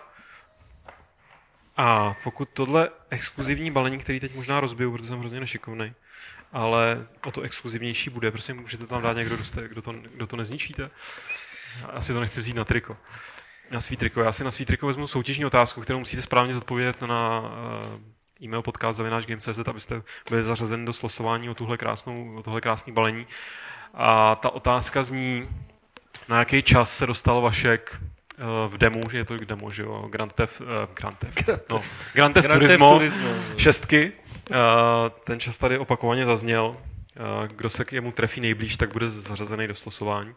A pokud tohle exkluzivní balení, který teď možná rozbiju, protože jsem hrozně nešikovnej, ale o to exkluzivnější bude, prostě můžete tam dát někdo, kdo to, kdo to nezničíte. Já si to nechci vzít na triko. Na svý triko. Já si na svý triko vezmu soutěžní otázku, kterou musíte správně zodpovědět na uh, e-mail podcast zavináč games tečka cz, abyste byli zařazeni do slosování o tuhle krásnou, o tohle krásný balení. A ta otázka zní, na jaký čas se dostal Vašek v demu, že je to k demo, že jo, Grand Theft, uh, Grand Theft, no, Grand Theft Turismo, Turismo šestky. Uh, ten čas tady opakovaně zazněl. Uh, kdo se k němu trefí nejblíž, tak bude zařazený do slosování.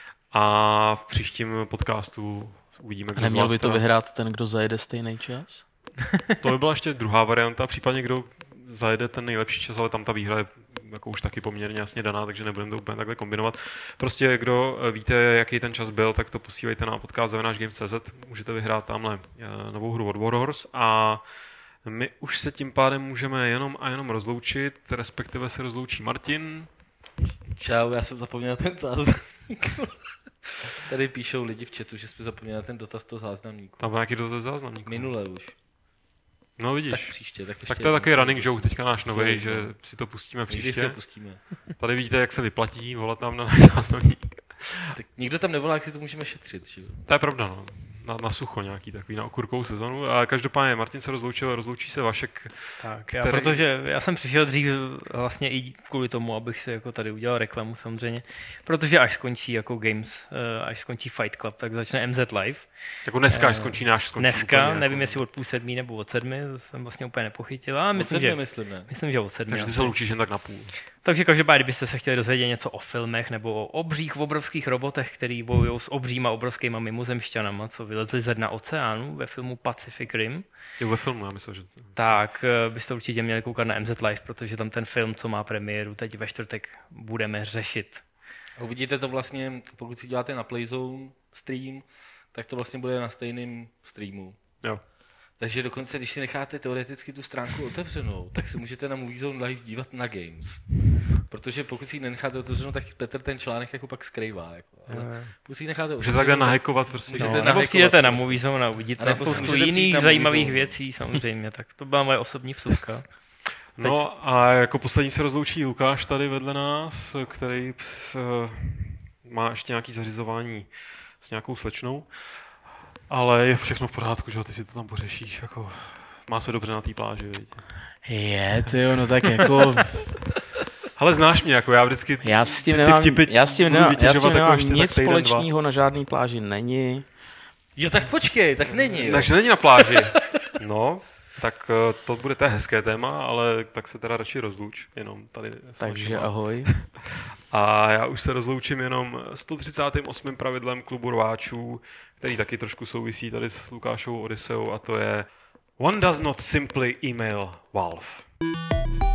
A v příštím podcastu uvidíme, kdo z vás. Neměl by to vyhrát ten, kdo zajede stejný čas? To by byla ještě druhá varianta, případně kdo zajede ten nejlepší čas, ale tam ta výhra je jako už taky poměrně jasně daná, takže nebudeme to úplně takhle kombinovat. Prostě kdo víte, jaký ten čas byl, tak to posílejte na podcast zavináč games tečka cz, můžete vyhrát tamhle novou hru od Warhorse a my už se tím pádem můžeme jenom a jenom rozloučit, respektive se rozloučí Martin. Čau, já jsem zapomněl ten záznamník. Tady píšou lidi v chatu, že jsme zapomněli ten dotaz toho záznamníku. Tam byl nějaký dotaz záznamníku. Minule už. No vidíš. Tak příště. Tak, tak to je takový running joke, teďka náš novej, že si to pustíme příště. Když si to pustíme. Tady vidíte, jak se vyplatí volat tam na náš záznamník. Tak nikdo tam nevolá, jak si to můžeme šetřit. Že? To je pravda, no. Na, na sucho nějaký takový, na okurkovou sezonu. A každopádně Martin se rozloučil, rozloučí se Vašek. Tak, který... já, protože já jsem přišel dřív vlastně i kvůli tomu, abych si jako tady udělal reklamu samozřejmě, protože až skončí jako Games, až skončí Fight Club, tak začne M Z Live. Jako dneska, až skončí náš, skončí Dneska, úplně, nevím, jako... jestli od půl sedmí nebo od sedmi, to jsem vlastně úplně nepochytil, ale myslím, sedmi, že, myslím, ne. myslím, že od sedmi. Takže ty se loučíš jen tak na půl. Takže každopádně, kdybyste se chtěli dozvědět něco o filmech nebo o obřích obrovských robotech, který bojují s obříma obrovskýma mimozemšťanama, co vylezli ze dna oceánu ve filmu Pacific Rim. Jo, ve filmu, já myslím, že... Tak byste určitě měli koukat na M Z Live, protože tam ten film, co má premiéru teď ve čtvrtek, budeme řešit. A uvidíte to vlastně, pokud si děláte na Playzone stream, tak to vlastně bude na stejném streamu. Jo. Takže dokonce, když si necháte teoreticky tu stránku otevřenou, tak se můžete na Movie Zone Live dívat na Games. Protože pokud si ji nenecháte otevřenou, tak Petr ten článek jako pak skrývá. Jako. Ale pokud si ji necháte můžete takhle nahackovat prostě. No, nebo přijdete na Movie Zone a uvidíte tam spoustu jiných zajímavých věcí samozřejmě. Tak to byla moje osobní vsuvka. No a jako poslední se rozloučí Lukáš tady vedle nás, který má ještě nějaké zařizování s nějakou slečnou. Ale je všechno v pořádku, že ty si to tam pořešíš, jako má se dobře na té pláži, vidíte. Je, tyjo, no tak jako... Ale znáš mě, jako já vždycky já s tím ty, nemám, ty vtipy já s tím nemám, já s tím nemám jako nic společného, na žádný pláži není. Jo, tak počkej, tak není. Jo. Takže není na pláži. No, tak to bude té hezké téma, ale tak se teda radši rozluč, jenom tady. Takže ahoj. A já už se rozloučím jenom sto třicátým osmým pravidlem klubu rváčů, který taky trošku souvisí tady s Lukášovou Odyseou, a to je One does not simply email Valve.